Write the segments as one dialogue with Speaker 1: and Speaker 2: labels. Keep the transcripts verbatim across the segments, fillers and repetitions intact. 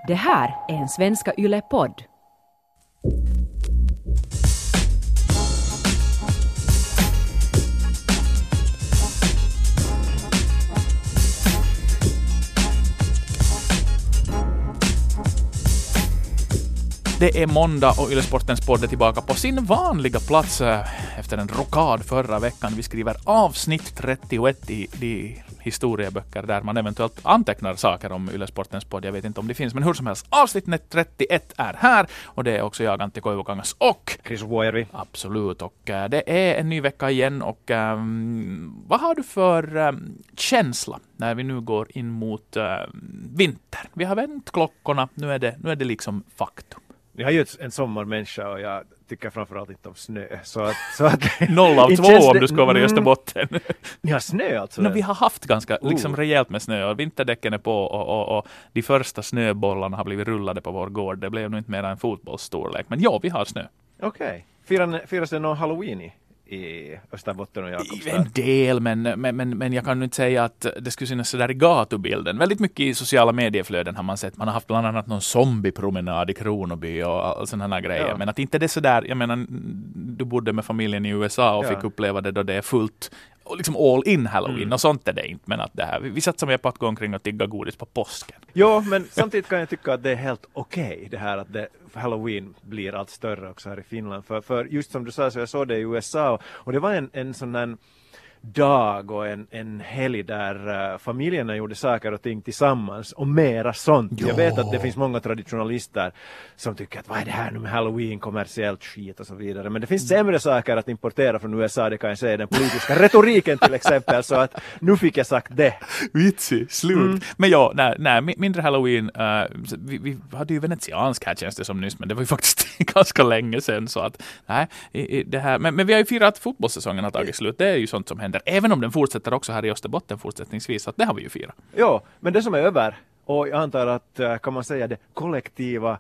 Speaker 1: Det här är en Svenska Yle-podd.
Speaker 2: Det är måndag och Yle Sportens podd är tillbaka på sin vanliga plats efter en rokad förra veckan. Vi skriver avsnitt trettioett i de historieböcker där man eventuellt antecknar saker om Yle Sportens podd. Jag vet inte om det finns, men hur som helst. Avsnitt trettioett är här och det är också jag, Antti Koivukangas och
Speaker 3: Chris Vuojärvi.
Speaker 2: Absolut, och äh, det är en ny vecka igen och ähm, vad har du för ähm, känsla när vi nu går in mot äh, vinter? Vi har vänt klockorna, nu är det, nu är det liksom faktum.
Speaker 3: Jag har ju en sommarmänniska och jag tycker framförallt inte om snö. Så att, så att
Speaker 2: Noll av två om du ska vara i Österbotten.
Speaker 3: Ni har snö alltså?
Speaker 2: No, vi har haft ganska liksom,
Speaker 3: uh.
Speaker 2: rejält med snö och vinterdäcken är på och, och, och de första snöbollarna har blivit rullade på vår gård. Det blev nog inte mer än fotbollsstorlek. Men ja, vi har snö.
Speaker 3: Okej. Okay. Firar, firas det någon Halloween i, i Österbotten och Jakobstad?
Speaker 2: En del, men, men, men, men jag kan nu inte säga att det skulle synas sådär i gatubilden. Väldigt mycket i sociala medieflöden har man sett. Man har haft bland annat någon zombiepromenad i Kronoby och all sådana här grejer. Ja. Men att inte det sådär, jag menar, du bodde med familjen i U S A och ja. fick uppleva det då det är fullt och liksom all in Halloween mm. och sånt är det inte. Men att det här, vi, vi satsar med på att gå omkring och tigga godis på påsken.
Speaker 3: Ja, men samtidigt kan jag tycka att det är helt okej okay, det här att det, Halloween blir allt större också här i Finland. För, för just som du sa så jag såg det i U S A och, och det var en, en sån här dag och en, en helg där uh, familjerna gjorde saker och ting tillsammans och mera sånt. Jo. Jag vet att det finns många traditionalister som tycker att vad är det här nu med Halloween, kommersiellt skit och så vidare. Men det finns sämre saker att importera från U S A, det kan jag säga, den politiska retoriken till exempel. Så att nu fick jag sagt det.
Speaker 2: Vitsi, slut. Mm. Men ja, nej, nej, mindre Halloween. Uh, vi, vi hade ju venetiansk här känns det som nyss, men det var ju faktiskt ganska länge sedan. Så att, nej, i, i det här. Men, men vi har ju firat fotbollssäsongen har tagit slut. Det är ju sånt som händer. Även om den fortsätter också här i Österbotten fortsättningsvis, att det har vi ju firat.
Speaker 3: Ja, men det som är över, och jag antar att kan man säga det kollektiva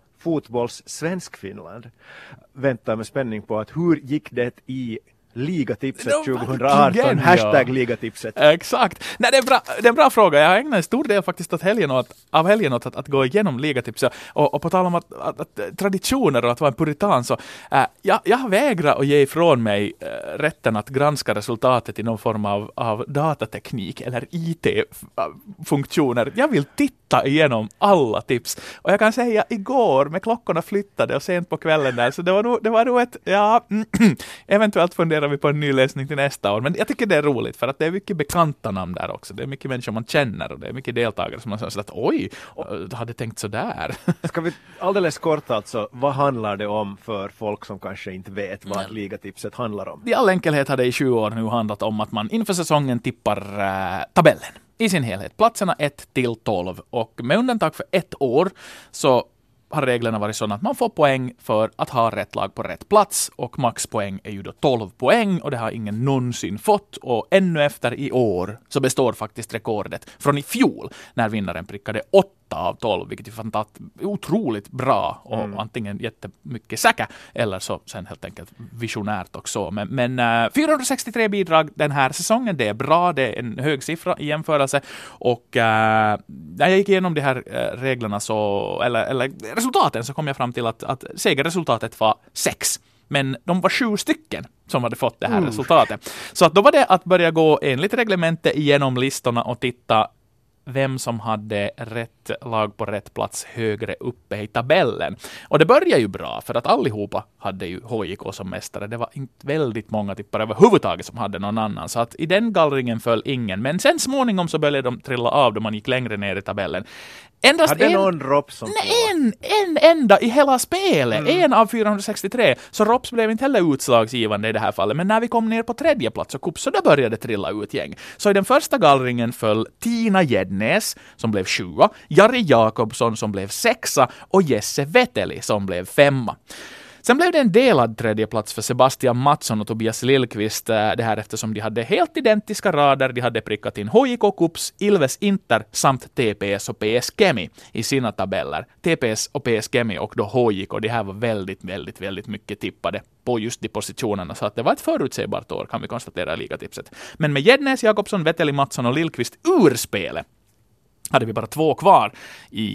Speaker 3: fotbolls-Svensk-Finland väntar med spänning på att hur gick det i ligatipset tjugohundraarton, hashtag ligatipset.
Speaker 2: Exakt. Nej, det, är bra, det är en bra fråga. Jag har ägnat en stor del faktiskt åt helgen och att, av helgen åt att, att gå igenom ligatipset. Och, och på tal om att, att, att, traditioner och att vara en puritan så äh, jag, jag vägrar att ge ifrån mig äh, rätten att granska resultatet i någon form av, av datateknik eller I T-funktioner. Jag vill titta igenom alla tips. Och jag kan säga igår med klockorna flyttade och sent på kvällen där så det var nog, det var nog ett ja, eventuellt funderar vi på en ny läsning till nästa år. Men jag tycker det är roligt för att det är mycket bekanta namn där också. Det är mycket människor man känner och det är mycket deltagare som man säger att oj, du hade tänkt så där.
Speaker 3: Ska vi alldeles kort alltså, vad handlar det om för folk som kanske inte vet vad mm. ligatipset handlar om?
Speaker 2: I all enkelhet har det i tjugo år nu handlat om att man inför säsongen tippar äh, tabellen i sin helhet. Platserna ett till tolv och med undantag för ett år så har reglerna varit sådana att man får poäng för att ha rätt lag på rätt plats och maxpoäng är ju då tolv poäng och det har ingen någonsin fått och ännu efter i år så består faktiskt rekordet från i fjol när vinnaren prickade åtta av tolv, vilket är fantastiskt otroligt bra och mm. antingen jättemycket säker eller så sen helt enkelt visionärt också. Men, men uh, fyrahundrasextiotre bidrag den här säsongen, det är bra, det är en hög siffra i jämförelse och uh, när jag gick igenom de här uh, reglerna så, eller, eller resultaten så kom jag fram till att, att segerresultatet var sex. Men de var sju stycken som hade fått det här uh. resultatet. Så att då var det att börja gå enligt reglementet igenom listorna och titta vem som hade rätt lag på rätt plats högre uppe i tabellen. Och det började ju bra för att allihopa hade ju H J K som mästare. Det var inte väldigt många tippare överhuvudtaget som hade någon annan. Så att i den gallringen föll ingen. Men sen småningom så började de trilla av då man gick längre ner i tabellen. Endast
Speaker 3: hade
Speaker 2: en,
Speaker 3: någon Rops som
Speaker 2: en, en enda i hela spelet. Mm. En av fyrahundrasextiotre. Så Rops blev inte heller utslagsgivande i det här fallet. Men när vi kom ner på tredje plats och kupp så då började trilla ut gäng. Så i den första gallringen föll Tina Gäddnäs som blev sjua, Jari Jakobsson som blev sexa och Jesse Veteli som blev femma. Sen blev det en delad tredje plats för Sebastian Mattsson och Tobias Lillqvist. Det här eftersom de hade helt identiska rader. De hade prickat in H J K Kups, Ilves Inter samt T P S och P S Kemi i sina tabeller. T P S och P S Kemi och då H J K. Det här var väldigt, väldigt, väldigt mycket tippade på just de positionerna. Så att det var ett förutsägbart år kan vi konstatera i ligatipset. Men med Gäddnäs, Jakobsson, Veteli, Mattsson och Lillqvist ur spelet hade vi bara två kvar i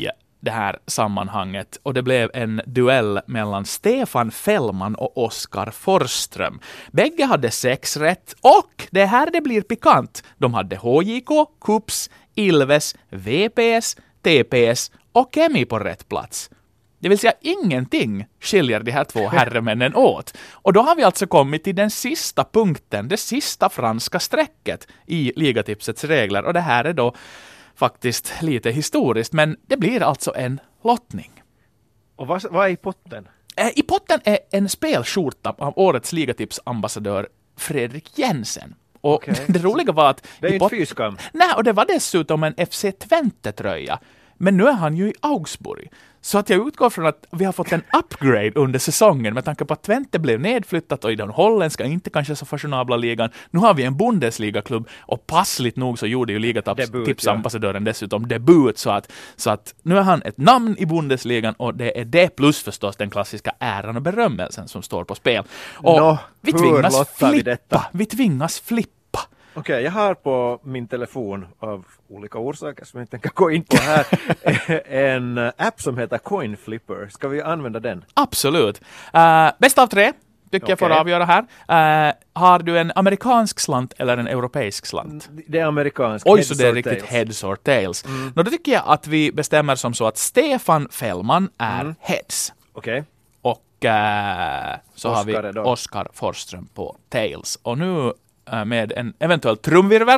Speaker 2: det här sammanhanget och det blev en duell mellan Stefan Fällman och Oskar Forsström. Bägge hade sex rätt och det här det blir pikant. De hade H J K, Kups, Ilves, V P S, T P S och Kemi på rätt plats. Det vill säga ingenting skiljer de här två herremännen åt. Och då har vi alltså kommit till den sista punkten, det sista franska strecket i ligatipsets regler. Och det här är då faktiskt lite historiskt, men det blir alltså en lottning.
Speaker 3: Och vad, vad är i potten?
Speaker 2: I potten är en spelskjorta av årets ligatipsambassadör Fredrik Jensen. Och okay. Det roliga var att...
Speaker 3: Det är ju
Speaker 2: pot-
Speaker 3: inte fyskam.
Speaker 2: Nej, och det var dessutom en F C Twente-tröja. Men nu är han ju i Augsburg. Så att jag utgår från att vi har fått en upgrade under säsongen med tanke på att Twente blev nedflyttat och i den holländska, inte kanske så fashionabla ligan. Nu har vi en Bundesliga-klubb och passligt nog så gjorde ju ligatipsambassadören ja. dessutom debut så att, så att nu är han ett namn i Bundesligan och det är det plus förstås den klassiska äran och berömmelsen som står på spel. Och
Speaker 3: Nå,
Speaker 2: vi tvingas flippa.
Speaker 3: Vi, detta?
Speaker 2: vi tvingas flippa.
Speaker 3: Okej, okay, jag har på min telefon av olika orsaker som jag inte kan gå in på här en app som heter Coin Flipper. Ska vi använda den?
Speaker 2: Absolut. Uh, bäst av tre tycker okay. jag får avgöra här. Uh, har du en amerikansk slant eller en europeisk slant?
Speaker 3: Det är amerikansk.
Speaker 2: Oj, så det är riktigt tails. Heads or tails.
Speaker 3: Mm.
Speaker 2: Nå, då tycker jag att vi bestämmer som så att Stefan Fällman är mm. heads.
Speaker 3: Okej. Okay.
Speaker 2: Och uh, så
Speaker 3: Oscar
Speaker 2: har vi Oskar Forsström på tails. Och nu med en eventuell trumvirvel.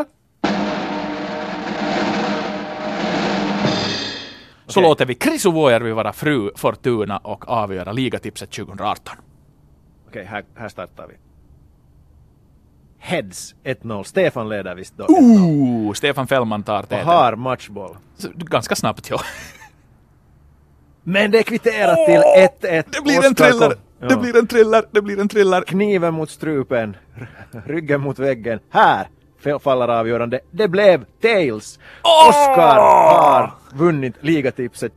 Speaker 2: Så okay. låter vi Chris Vuojärvi vara fru Fortuna och avgöra ligatipset tjugo arton.
Speaker 3: Okej, okay, här, här startar vi. Heads ett noll. Stefan leder visst då.
Speaker 2: Ooh, Stefan Fällman tar det.
Speaker 3: Och har matchboll.
Speaker 2: Så, ganska snabbt, ja.
Speaker 3: Men det är kvitterat oh! till ett ett.
Speaker 2: Det blir Oscar en thriller. Ja. Det blir en thriller. Det blir en thriller.
Speaker 3: Kniven mot strupen. Ryggen mot väggen. Här faller avgörande. Det blev tails. Oh! Oscar har vunnit ligatipset.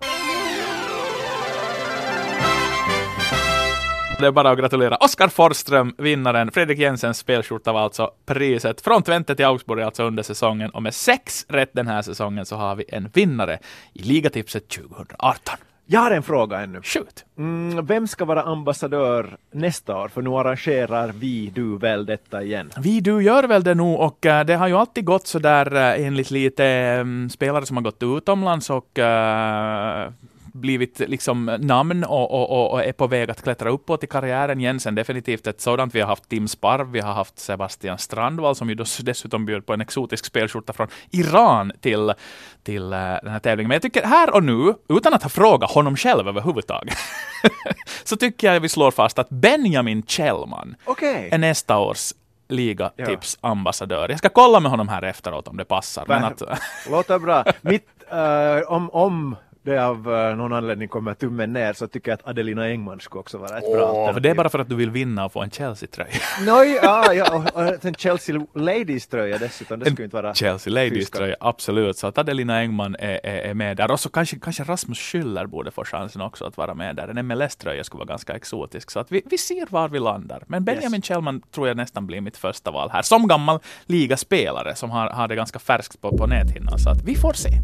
Speaker 2: Det är bara att gratulera Oskar Forsström, vinnaren. Fredrik Jensens spelskjorta var alltså priset från Twente till Augsburg alltså under säsongen. Och med sex rätt den här säsongen så har vi en vinnare i ligatipset tjugo arton.
Speaker 3: Jag har en fråga ännu.
Speaker 2: Shoot.
Speaker 3: Mm, vem ska vara ambassadör nästa år? För nu arrangerar vi, du väl detta igen?
Speaker 2: Vi, du gör väl det nu och uh, det har ju alltid gått så där uh, enligt lite um, spelare som har gått utomlands och uh, blivit liksom namn och, och, och, och är på väg att klättra uppåt i karriären. Jensen definitivt ett sådant. Vi har haft Tim Sparv, vi har haft Sebastian Strandvall som ju dessutom bjöd på en exotisk spelskjorta från Iran till, till uh, den här tävlingen. Men jag tycker här och nu, utan att ha frågat honom själv överhuvudtaget, så tycker jag vi slår fast att Benjamin Kjellman
Speaker 3: okay.
Speaker 2: är nästa års ligatipsambassadör. Jag ska kolla med honom här efteråt om det passar. Men att...
Speaker 3: Låter bra. Mitt, uh, om... om det av uh, någon anledning kommer tummen ner så tycker jag att Adelina Engman ska också vara ett oh, bra alternativ.
Speaker 2: Det är bara för att du vill vinna och få en Chelsea-tröja.
Speaker 3: Nej, ja, ja, och, och en Chelsea Ladies-tröja dessutom. Det skulle inte vara
Speaker 2: Chelsea Ladies-tröja, absolut. Så att Adelina Engman är, är, är med där. Och så kanske, kanske Rasmus Schüller borde få chansen också att vara med där. En M L S-tröja skulle vara ganska exotisk. Så att vi, vi ser var vi landar. Men Benjamin yes. Kjellman tror jag nästan blir mitt första val här. Som gammal ligaspelare som har, har det ganska färskt på, på näthinnan. Så att vi får se.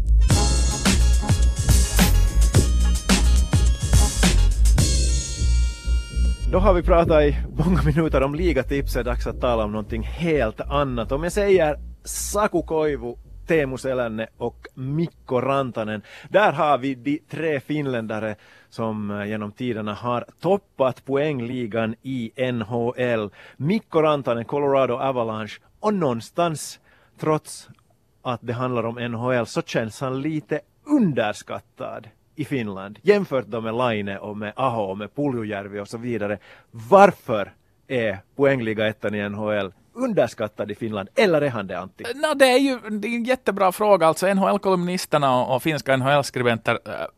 Speaker 3: Då har vi pratat i många minuter om ligatips. Det är dags att tala om någonting helt annat. Om jag säger Saku Koivu, Teemu Selänne och Mikko Rantanen. Där har vi de tre finländare som genom tiderna har toppat poängligan i N H L. Mikko Rantanen, Colorado Avalanche, och någonstans, trots att det handlar om N H L, så känns han lite underskattad i Finland. Jämfört då med Laine och med Aho och med Puljujärvi och så vidare. Varför är poängliga ettan i N H L underskattad i Finland? Eller är han det, Antti?
Speaker 2: No, det är ju det är en jättebra fråga. Alltså N H L-kolumnisterna och, och finska N H L-skribenter äh,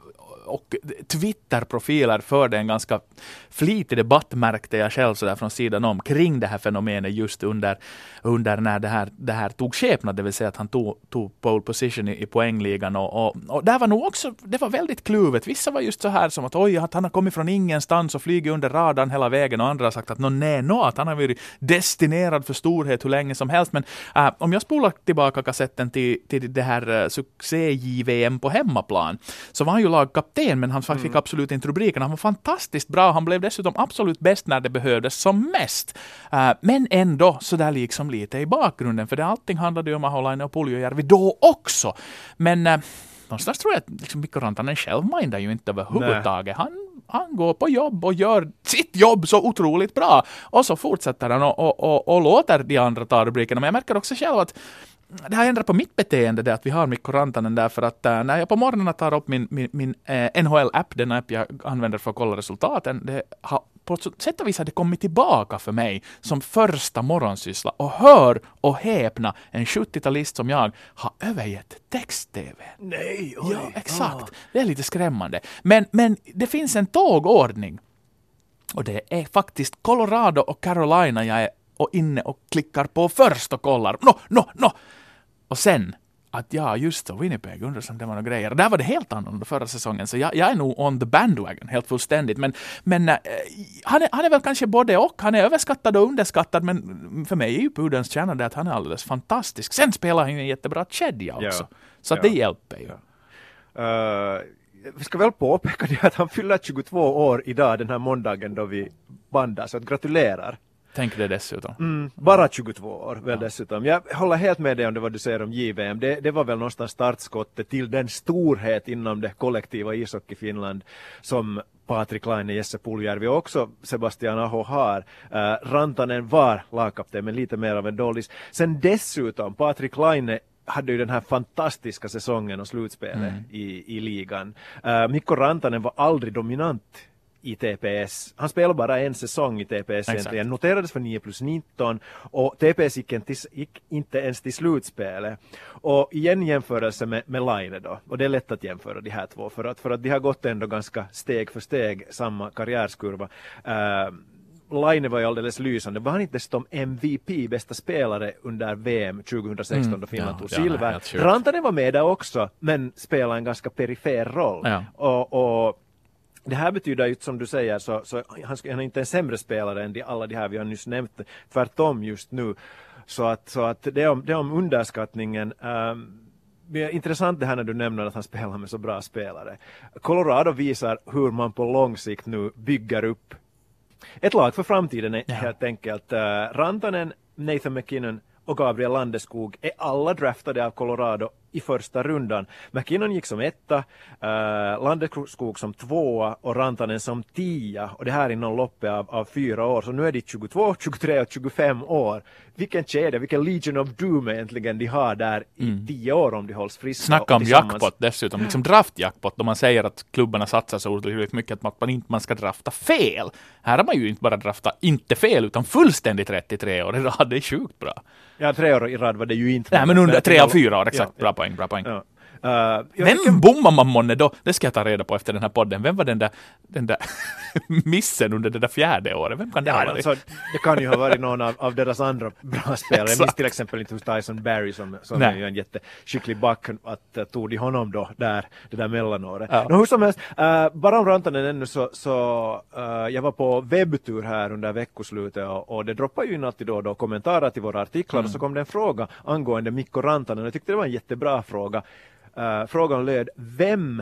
Speaker 2: och Twitter-profiler förde en ganska flitig debatt, märkte jag själv så där från sidan om, kring det här fenomenet just under, under när det här, det här tog skepnad, det vill säga att han tog, tog pole position i, i poängligan och, och, och där var nog också, det var väldigt kluvet. Vissa var just så här som att oj, att han har kommit från ingenstans och flyger under radarn hela vägen, och andra har sagt att no, nej, no, att han har varit destinerad för storhet hur länge som helst. Men äh, om jag spolar tillbaka kassetten till, till det här uh, succé-J V M på hemmaplan, så var han ju lagkapten, men han fick mm. absolut inte rubriken. Han var fantastiskt bra. Han blev dessutom absolut bäst när det behövdes som mest. Uh, men ändå så där liksom lite i bakgrunden, för det allting handlade ju om Aholainen och Puljujärvi då också. Men uh, någonstans tror jag att liksom Mikko Rantanen själv mindar ju inte överhuvudtaget. Han Han går på jobb och gör sitt jobb så otroligt bra. Och så fortsätter han och, och, och, och låter de andra ta rubrikerna. Men jag märker också själv att det har ändrat på mitt beteende, det att vi har Mikko Rantanen där, för att äh, när jag på morgonen tar upp min, min, min äh, N H L-app, den app jag använder för att kolla resultaten, det har på sätt och vis har det kommit tillbaka för mig som första morgonsyssla. Och hör och häpna, en sjuttiotalist som jag har övergett text-tv.
Speaker 3: Nej, oj.
Speaker 2: Ja, exakt.
Speaker 3: Ah.
Speaker 2: Det är lite skrämmande. Men, men det finns en tågordning. Och det är faktiskt Colorado och Carolina jag är och inne och klickar på först och kollar. No, no, no. Och sen att ja, just så, Winnipeg, undrar som det var några grejer. Där var det helt annorlunda förra säsongen, så jag, jag är nog on the bandwagon helt fullständigt. Men, men äh, han, är, han är väl kanske både och. Han är överskattad och underskattad, men för mig är ju Pudens kärna det att han är alldeles fantastisk. Sen spelar han ju en jättebra kedja också. Ja, så att ja. Det hjälper ju.
Speaker 3: Ja. Uh, vi ska väl påpeka det att han fyller tjugotvå år idag, den här måndagen då vi bandar, så att gratulerar.
Speaker 2: Tänk det dessutom.
Speaker 3: Mm, bara tjugotvå år väl ja. Dessutom. Jag håller helt med dig om det vad du säger om J V M. Det, det var väl någonstans startskottet till den storhet inom det kollektiva ishockey Finland som Patrik Laine, Jesse Puljujärvi och också Sebastian Aho har. Uh, Rantanen var lagkapten, men lite mer av en dålig. Sen dessutom, Patrik Laine hade ju den här fantastiska säsongen och slutspelet mm. i, i ligan. Uh, Mikko Rantanen var aldrig dominant i T P S. Han spelade bara en säsong i T P S egentligen. Noterades för nio plus nitton och T P S gick, inte, gick inte ens till slutspelet. Och igen jämförelse med, med Laine då. Och det är lätt att jämföra de här två för att, för att de har gått ändå ganska steg för steg samma karriärskurva. Uh, Laine var ju alldeles lysande. Var han inte som M V P, bästa spelare under V M tjugohundrasexton mm. då Finland ja, tog silver? Ja, Rantanen var med där också, men spelade en ganska perifer roll. Ja. Och, och det här betyder ju, som du säger, så, så han, han är inte en sämre spelare än de, alla de här vi har nyss nämnt. Tvärtom just nu. Så att, så att det, är om, det är om underskattningen. Um, det är intressant det här när du nämner att han spelar med så bra spelare. Colorado visar hur man på lång sikt nu bygger upp ett lag för framtiden är ja. Helt enkelt. Uh, Rantanen, Nathan McKinnon och Gabriel Landeskog är alla draftade av Colorado i första rundan. McKinnon gick som etta, uh, Landeskog som tvåa och Rantanen som tia. Och det här inom loppet av, av fyra år. Så nu är de tjugotvå, tjugotre och tjugofem år. Vilken kedja, vilken Legion of Doom egentligen de har där mm. i tio år om de hålls friska.
Speaker 2: Snacka om jackpot dessutom, liksom draftjackpot, då man säger att klubbarna satsar så otroligt mycket att man inte man ska drafta fel. Här har man ju inte bara draftat inte fel utan fullständigt rätt i tre år. Det är sjukt bra.
Speaker 3: Ja, tre år i rad var det ju inte.
Speaker 2: Nej, men under tre av fyra år, exakt. Ja, bra ja. poäng, bra poäng. Ja. Uh, Vem tycker... bommar man månne då? Det ska jag ta reda på efter den här podden. Vem var den där, den där missen under det där fjärde året? Vem kan det
Speaker 3: ja,
Speaker 2: ha varit?
Speaker 3: Alltså, det kan ju ha varit någon av, av deras andra bra spelare. Jag minns till exempel inte hos Tyson Barrie som, som är ju en jätteskicklig back att uh, tog de honom då där, det där mellanåret. Ja. No, hur som helst, uh, bara om Rantanen ännu så, så uh, jag var på webbtur här under veckoslutet och, och det droppar ju in alltid då, då kommentarer till våra artiklar mm. och så kom det en fråga angående Mikko Rantanen. Jag tyckte det var en jättebra fråga. Uh, frågan löd, vem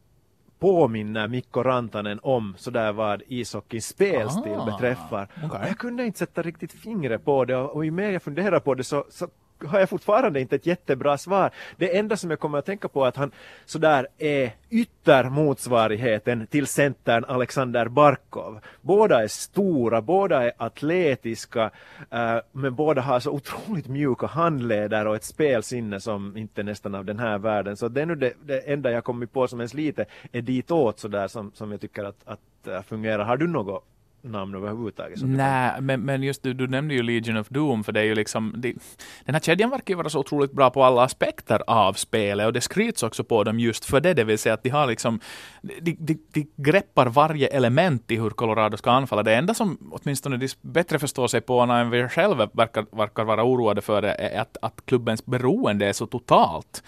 Speaker 3: påminner Mikko Rantanen om sådär vad ishockeys spelstil ah, beträffar? Okay. Jag kunde inte sätta riktigt fingret på det och, och ju mer jag funderar på det så, så har jag fortfarande inte ett jättebra svar. Det enda som jag kommer att tänka på är att han sådär är yttermotsvarigheten till centern Alexander Barkov. Båda är stora, båda är atletiska, uh, men båda har så otroligt mjuka handleder och ett spelsinne som inte nästan av den här världen. Så det är nu det, det enda jag kommit på som ens lite är ditåt sådär som, som jag tycker att, att uh, fungerar. Har du något namn överhuvudtaget.
Speaker 2: Nej, men, men just du, du nämnde ju Legion of Doom, för det är ju liksom, det, den här kedjan verkar ju vara så otroligt bra på alla aspekter av spelet, och det skryts också på dem just för det, det vill säga att de har liksom, de, de, de greppar varje element i hur Colorado ska anfalla. Det enda som åtminstone de bättre förstår sig på än vi själva verkar, verkar vara oroade för det är att, att klubbens beroende är så totalt.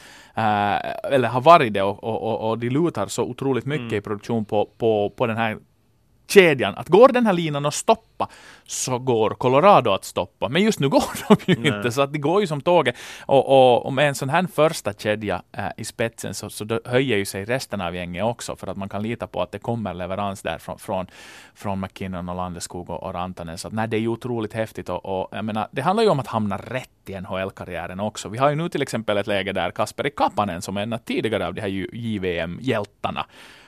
Speaker 2: Uh, eller har varit det, och, och, och, och de lutar så otroligt mycket mm. i produktion på, på, på den här kedjan. Att går den här linan att stoppa, så går Colorado att stoppa. Men just nu går de ju Nej. inte, så att det går ju som tåget. Och, och, och med en sån här första kedja äh, i spetsen, så, så då höjer ju sig resten av gänget också, för att man kan lita på att det kommer leverans där från, från, från McKinnon och Landeskog och, och Rantanen. Så att, nej, det är ju otroligt häftigt. Och, och jag menar, det handlar ju om att hamna rätt i N H L-karriären också. Vi har ju nu till exempel ett läge där Kasperi Kapanen, som är en tidigare av de här J V M-hjältarna,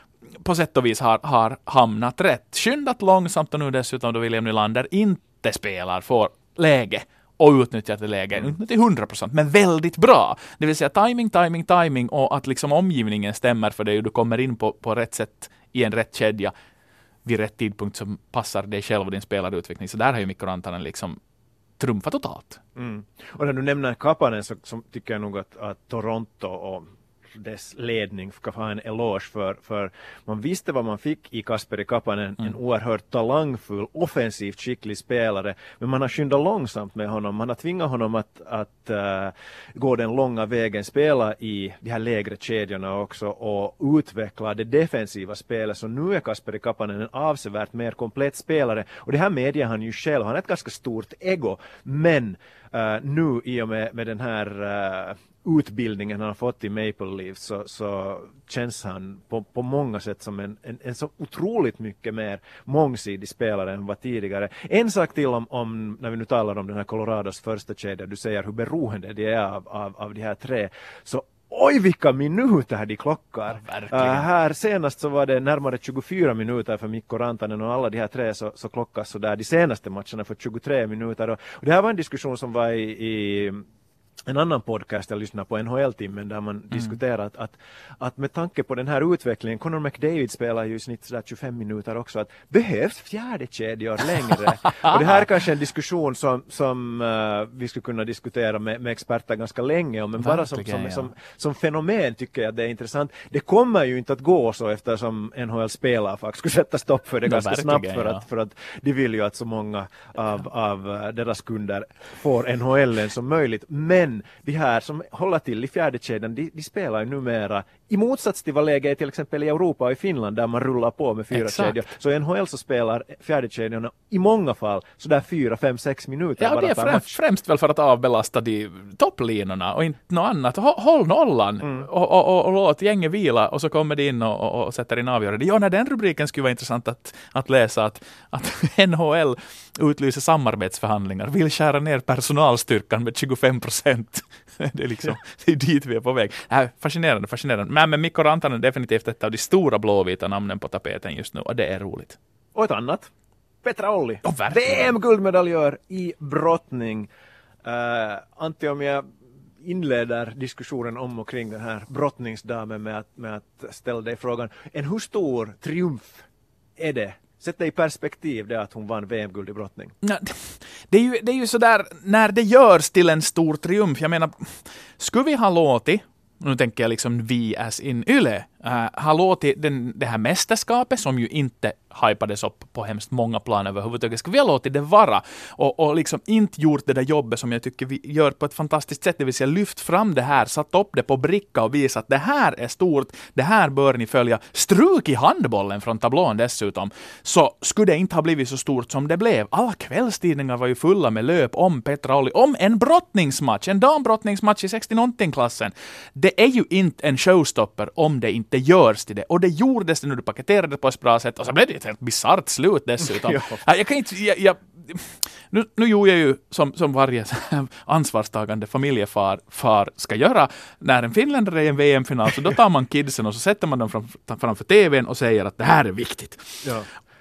Speaker 2: på sätt och vis har, har hamnat rätt. Skyndat långsamt, och nu dessutom då William Nylander inte spelar, får läge och utnyttjar det läge, mm. inte till hundra procent, men väldigt bra. Det vill säga timing, timing, timing, och att liksom omgivningen stämmer för dig och du kommer in på, på rätt sätt i en rätt kedja vid rätt tidpunkt som passar dig själv och din spelarutveckling. Så där har ju Mikko Rantanen liksom trumfat totalt.
Speaker 3: Mm. Och när du nämner Kapanen, så, så tycker jag nog att, att Toronto och dess ledning ska ha en eloge för, för man visste vad man fick i Kasperi Kapanen, mm. en oerhört talangfull, offensivt skicklig spelare, men man har skyndat långsamt med honom, man har tvingat honom att, att uh, gå den långa vägen, spela i de här lägre kedjorna också och utveckla det defensiva spelet, så nu är Kasperi Kapanen en avsevärt mer komplett spelare, och det här medger han ju själv, han har ett ganska stort ego, men uh, nu i och med, med den här uh, utbildningen han har fått i Maple Leafs, så, så känns han på, på många sätt som en, en, en så otroligt mycket mer mångsidig spelare än vad tidigare. En sak till om, om när vi nu talar om den här Colorados första kedja, du säger hur beroende de är av, av, av de här tre, så oj vilka minuter de klockar. Ja, uh, här senast så var det närmare tjugofyra minuter för Mikko Rantanen, och alla de här tre så, så klockas så där de senaste matcherna för tjugotre minuter. Och, och det här var en diskussion som var i, i en annan podcast jag lyssnar på, N H L-timmen, där man mm. diskuterar att, att, att med tanke på den här utvecklingen, Connor McDavid spelar ju i snitt sådär tjugofem minuter också, att behövs fjärde kedjor längre? Och det här är kanske en diskussion som, som uh, vi skulle kunna diskutera med, med experter ganska länge om, men bara som, som, ja. som, som fenomen tycker jag att det är intressant. Det kommer ju inte att gå så, eftersom N H L spelar faktiskt skulle sätta stopp för det no, ganska snabbt, för, ja. att, för att de vill ju att så många av, av uh, deras kunder får N H L som möjligt, men de här som håller till i fjärde kedjan, de, de spelar ju numera i motsats till vad läget är till exempel i Europa och i Finland, där man rullar på med fyra Exakt. kedjor. Så i N H L så spelar fjärde kedjorna i många fall så där fyra, fem, sex minuter.
Speaker 2: Ja, det är främst, främst väl för att avbelasta de topplinorna och inte något annat. Håll nollan mm. och, och, och, och låt gänget vila, och så kommer de in och, och, och sätter in avgörande. Ja, när den rubriken skulle vara intressant att, att läsa, att, att N H L utlyser samarbetsförhandlingar, vill skära ner personalstyrkan med tjugofem procent. Det är liksom, det är dit vi är på väg. Äh, fascinerande, fascinerande. Men, men Mikko Rantanen är definitivt ett av de stora blåvita namnen på tapeten just nu, och det är roligt.
Speaker 3: Och ett annat. Petra Olli.
Speaker 2: Oh,
Speaker 3: V M-guldmedaljör i brottning. Uh, Antti, om jag inleder diskussionen om och kring den här brottningsdamen med att, med att ställa dig frågan, en hur stor triumf är det? Sätt det i perspektiv, det att hon vann V M-guld i brottning.
Speaker 2: Ja, det, är ju, det är ju sådär, när det görs till en stor triumf, jag menar, skulle vi ha låtit, nu tänker jag liksom vi as in Yle, uh, ha låtit den, det här mästerskapet, som ju inte hypades upp på hemskt många plan överhuvudtaget, ska vi ha låtit det vara och, och liksom inte gjort det där jobbet som jag tycker vi gör på ett fantastiskt sätt, det vill säga lyft fram det här, satt upp det på bricka och visat att det här är stort, det här bör ni följa, struk i handbollen från tablån dessutom, så skulle det inte ha blivit så stort som det blev. Alla kvällstidningar var ju fulla med löp om Petra Olli, om en brottningsmatch, en dambrottningsmatch i sextio-någonting-klassen. Det är ju inte en showstopper om det inte görs till det, och det gjordes det när du paketerade på ett bra sätt, och så blev det ett helt bizarrt slut dessutom. jag kan inte, jag, jag, nu, nu gjorde jag ju som, som varje ansvarstagande familjefar far ska göra, när en finländare är i en V M-final, så då tar man kidsen och så sätter man dem fram, framför tvn och säger att det här är viktigt.
Speaker 3: Ja.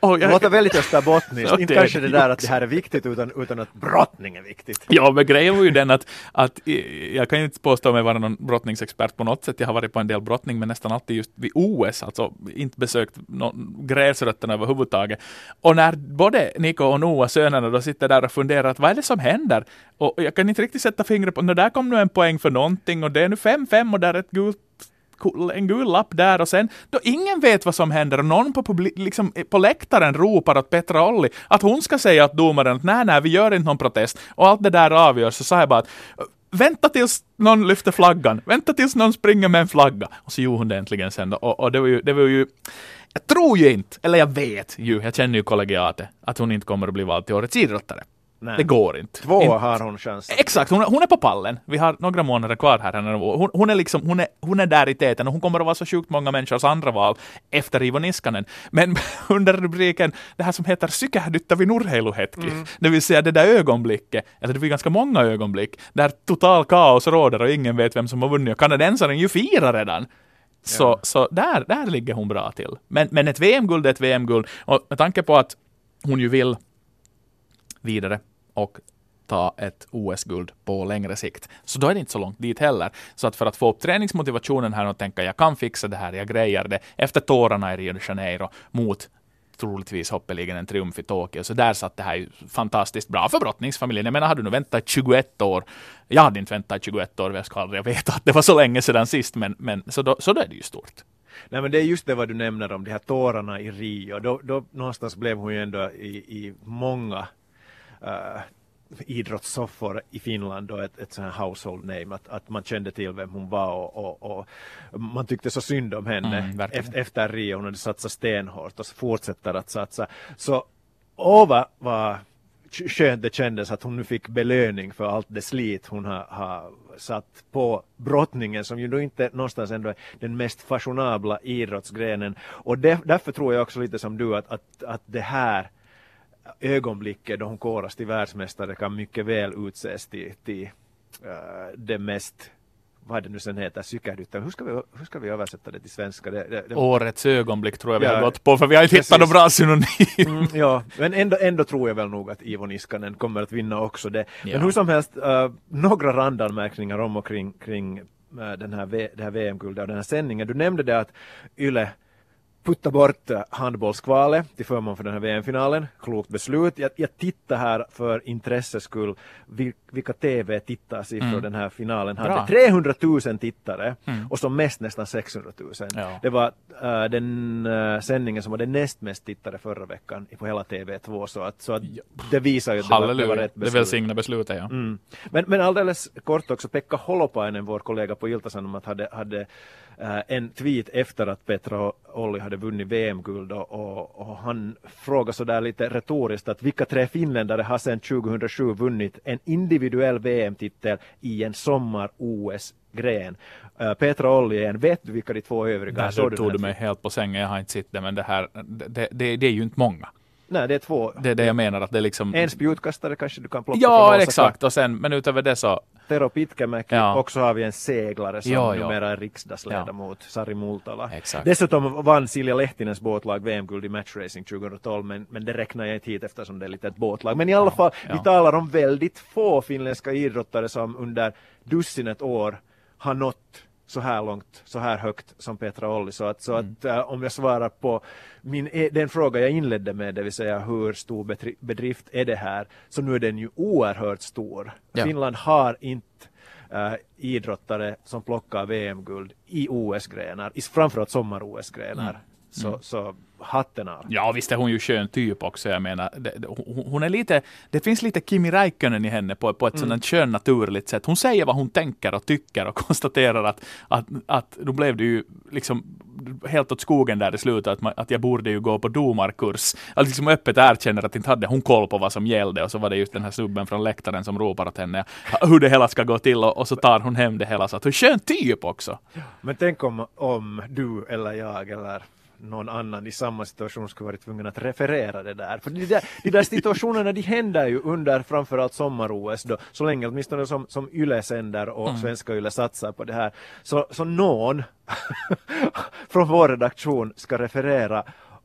Speaker 2: Oh,
Speaker 3: det låter väldigt österbottniskt. Inte
Speaker 2: det
Speaker 3: kanske
Speaker 2: det
Speaker 3: det där att det här är viktigt utan, utan att brottning är viktigt.
Speaker 2: Ja, men grejen var ju den att, att jag kan ju inte påstå mig vara någon brottningsexpert på något sätt. Jag har varit på en del brottning, men nästan alltid just vid O S, alltså inte besökt någon, gräsrötterna överhuvudtaget. Och när både Niko och Noah, sönerna, då sitter där och funderar att vad är det som händer? Och jag kan inte riktigt sätta fingret på, när där kom nu en poäng för någonting och det är nu fem fem och där är ett gult en gul lapp där och sen då ingen vet vad som händer och någon på, publi- liksom, på läktaren ropar åt Petra Olli att hon ska säga åt domaren att nej, nej, vi gör inte någon protest och allt det där avgörs, så sa jag bara att vänta tills någon lyfter flaggan, vänta tills någon springer med en flagga, och så gjorde hon det äntligen sen då. Och, och det var ju, det var ju jag tror ju inte, eller jag vet ju, jag känner ju kollegiatet att hon inte kommer att bli vald till årets idrottare. Nej. Det går inte.
Speaker 3: Två
Speaker 2: inte.
Speaker 3: har hon chans.
Speaker 2: Exakt, hon, hon är på pallen. Vi har några månader kvar här. Hon, hon, är liksom, hon, är, hon är där i täten och hon kommer att vara så sjukt många människors andra val efter Ivo Niskanen. Men under rubriken, det här som heter Sykähdyttävin urheiluhetki, mm. det vill säga det där ögonblicket, eller det blir ganska många ögonblick, där total kaos råder och ingen vet vem som har vunnit. Och kanadensaren ju firar redan. Så, ja. så där, där ligger hon bra till. Men, men ett V M-guld är ett V M-guld. Och med tanke på att hon ju vill vidare och ta ett O S-guld på längre sikt, så då är det inte så långt dit heller. Så att för att få upp träningsmotivationen här och tänka jag kan fixa det här, jag grejer det efter tårarna i Rio de Janeiro mot troligtvis hoppeligen en triumf i Tokyo. Så där satt det här ju fantastiskt bra för brottningsfamiljen. Jag menar, hade du nu väntat tjugoett år, jag hade inte väntat tjugoett år, jag ska aldrig veta att det var så länge sedan sist, men, men så, då, så då är det ju stort.
Speaker 3: Nej, men det är just det vad du nämner om de här tårarna i Rio. Då, då någonstans blev hon ju ändå i, i många Uh, idrottssoffor i Finland och ett, ett sånt här household name, att, att man kände till vem hon var och, och, och man tyckte så synd om henne mm, efter, efter Rio. Hon hade satsat stenhårt och fortsätter att satsa. Så åh vad, vad skönt det kändes att hon nu fick belöning för allt det slit hon har, har satt på brottningen, som ju då inte någonstans ändå är den mest fashionabla idrottsgrenen. Och det, därför tror jag också lite som du att, att, att det här ögonblicket då hon koras till världsmästare kan mycket väl utses till, till uh, det mest, vad det nu sen heter, psykähdyttävin. Hur ska vi, hur ska vi översätta det till svenska? Det, det, det...
Speaker 2: Årets ögonblick tror jag vi ja, har gått på, för vi har inte hittat någon bra synonym.
Speaker 3: Mm, ja, men ändå, ändå tror jag väl nog att Ivo Niskanen kommer att vinna också det. Ja. Men hur som helst, uh, några randanmärkningar om och kring, kring uh, den här v- det här V M-guldet och den här sändningen. Du nämnde det att Yle putta bort handbollskvalet till förmån för den här V M-finalen. Klokt beslut. Jag, jag tittar här för intresses skull vil, vilka T V-tittarsiffror mm. den här finalen hade. Bra. trehundratusen tittare mm. och som mest nästan sexhundratusen. Ja. Det var uh, den uh, sändningen som var den näst mest tittare förra veckan på hela T V två. Så att, så att ja. det visar ju att det var, det var rätt beslut.
Speaker 2: Det välsigna beslutet, ja.
Speaker 3: Mm. Men, men alldeles kort också, Pekka Holopainen, vår kollega på Ilta-Sanomat, hade, hade uh, en tweet efter att Petra Olli hade vunnit V M-guld och, och, och han frågar så där lite retoriskt att vilka tre finländare har sedan tjugohundrasju vunnit en individuell V M-titel i en sommar-O S-gren. Uh, Petra Olli är en, vet du vilka de två övriga?
Speaker 2: Nej, så tog du mig helt på sängen, jag har inte sett det, men det här, det, det, det är ju inte många.
Speaker 3: Nej, det är två.
Speaker 2: Det är det jag menar, att det är liksom...
Speaker 3: En spjutkastare kanske du kan plocka.
Speaker 2: Ja, exakt, och sen, men utöver det så...
Speaker 3: Tero Pitkämäki, ja. Och så har vi en seglare som
Speaker 2: ja,
Speaker 3: numera är riksdagsledamot, ja. Sari Multala.
Speaker 2: Exakt.
Speaker 3: Dessutom vann Silja Lehtinens båtlag V M-guld i matchracing tjugohundratolv, men, men det räknar jag inte hit eftersom det är lite ett båtlag. Men i alla ja, fall, ja. vi talar om väldigt få finländska idrottare som under dussinet år har nått så här långt, så här högt som Petra Olli. Så att, så mm. att uh, om jag svarar på min, den fråga jag inledde med, det vill säga hur stor betri- bedrift är det här, så nu är den ju oerhört stor. Ja. Finland har inte uh, idrottare som plockar V M-guld i O S-grenar, i framförallt sommar-O S-grenar. Mm. Så, mm. så hatten av.
Speaker 2: Ja, visst är hon ju skön typ också. Jag menar, det, det, hon, hon är lite, det finns lite Kimi Räikkönen i henne på, på ett mm. sådant skön naturligt sätt. Hon säger vad hon tänker och tycker och konstaterar att, att, att då blev det ju liksom helt åt skogen där i slutet, att, man, att jag borde ju gå på domarkurs. Alltså liksom öppet erkänner att inte hade hon koll på vad som gällde, och så var det just den här snubben från läktaren som ropar åt henne hur det hela ska gå till, och, och så tar hon hem det hela. Så att hon är skön typ också.
Speaker 3: Men tänk om, om du eller jag eller någon annan i samma situation skulle vara tvungen att referera det där. För de där, de där situationerna, de händer ju under framförallt sommar-O S då, så länge åtminstone som, som Yle sänder och mm. svenska Yle satsar på det här. Så, så någon från vår redaktion ska referera,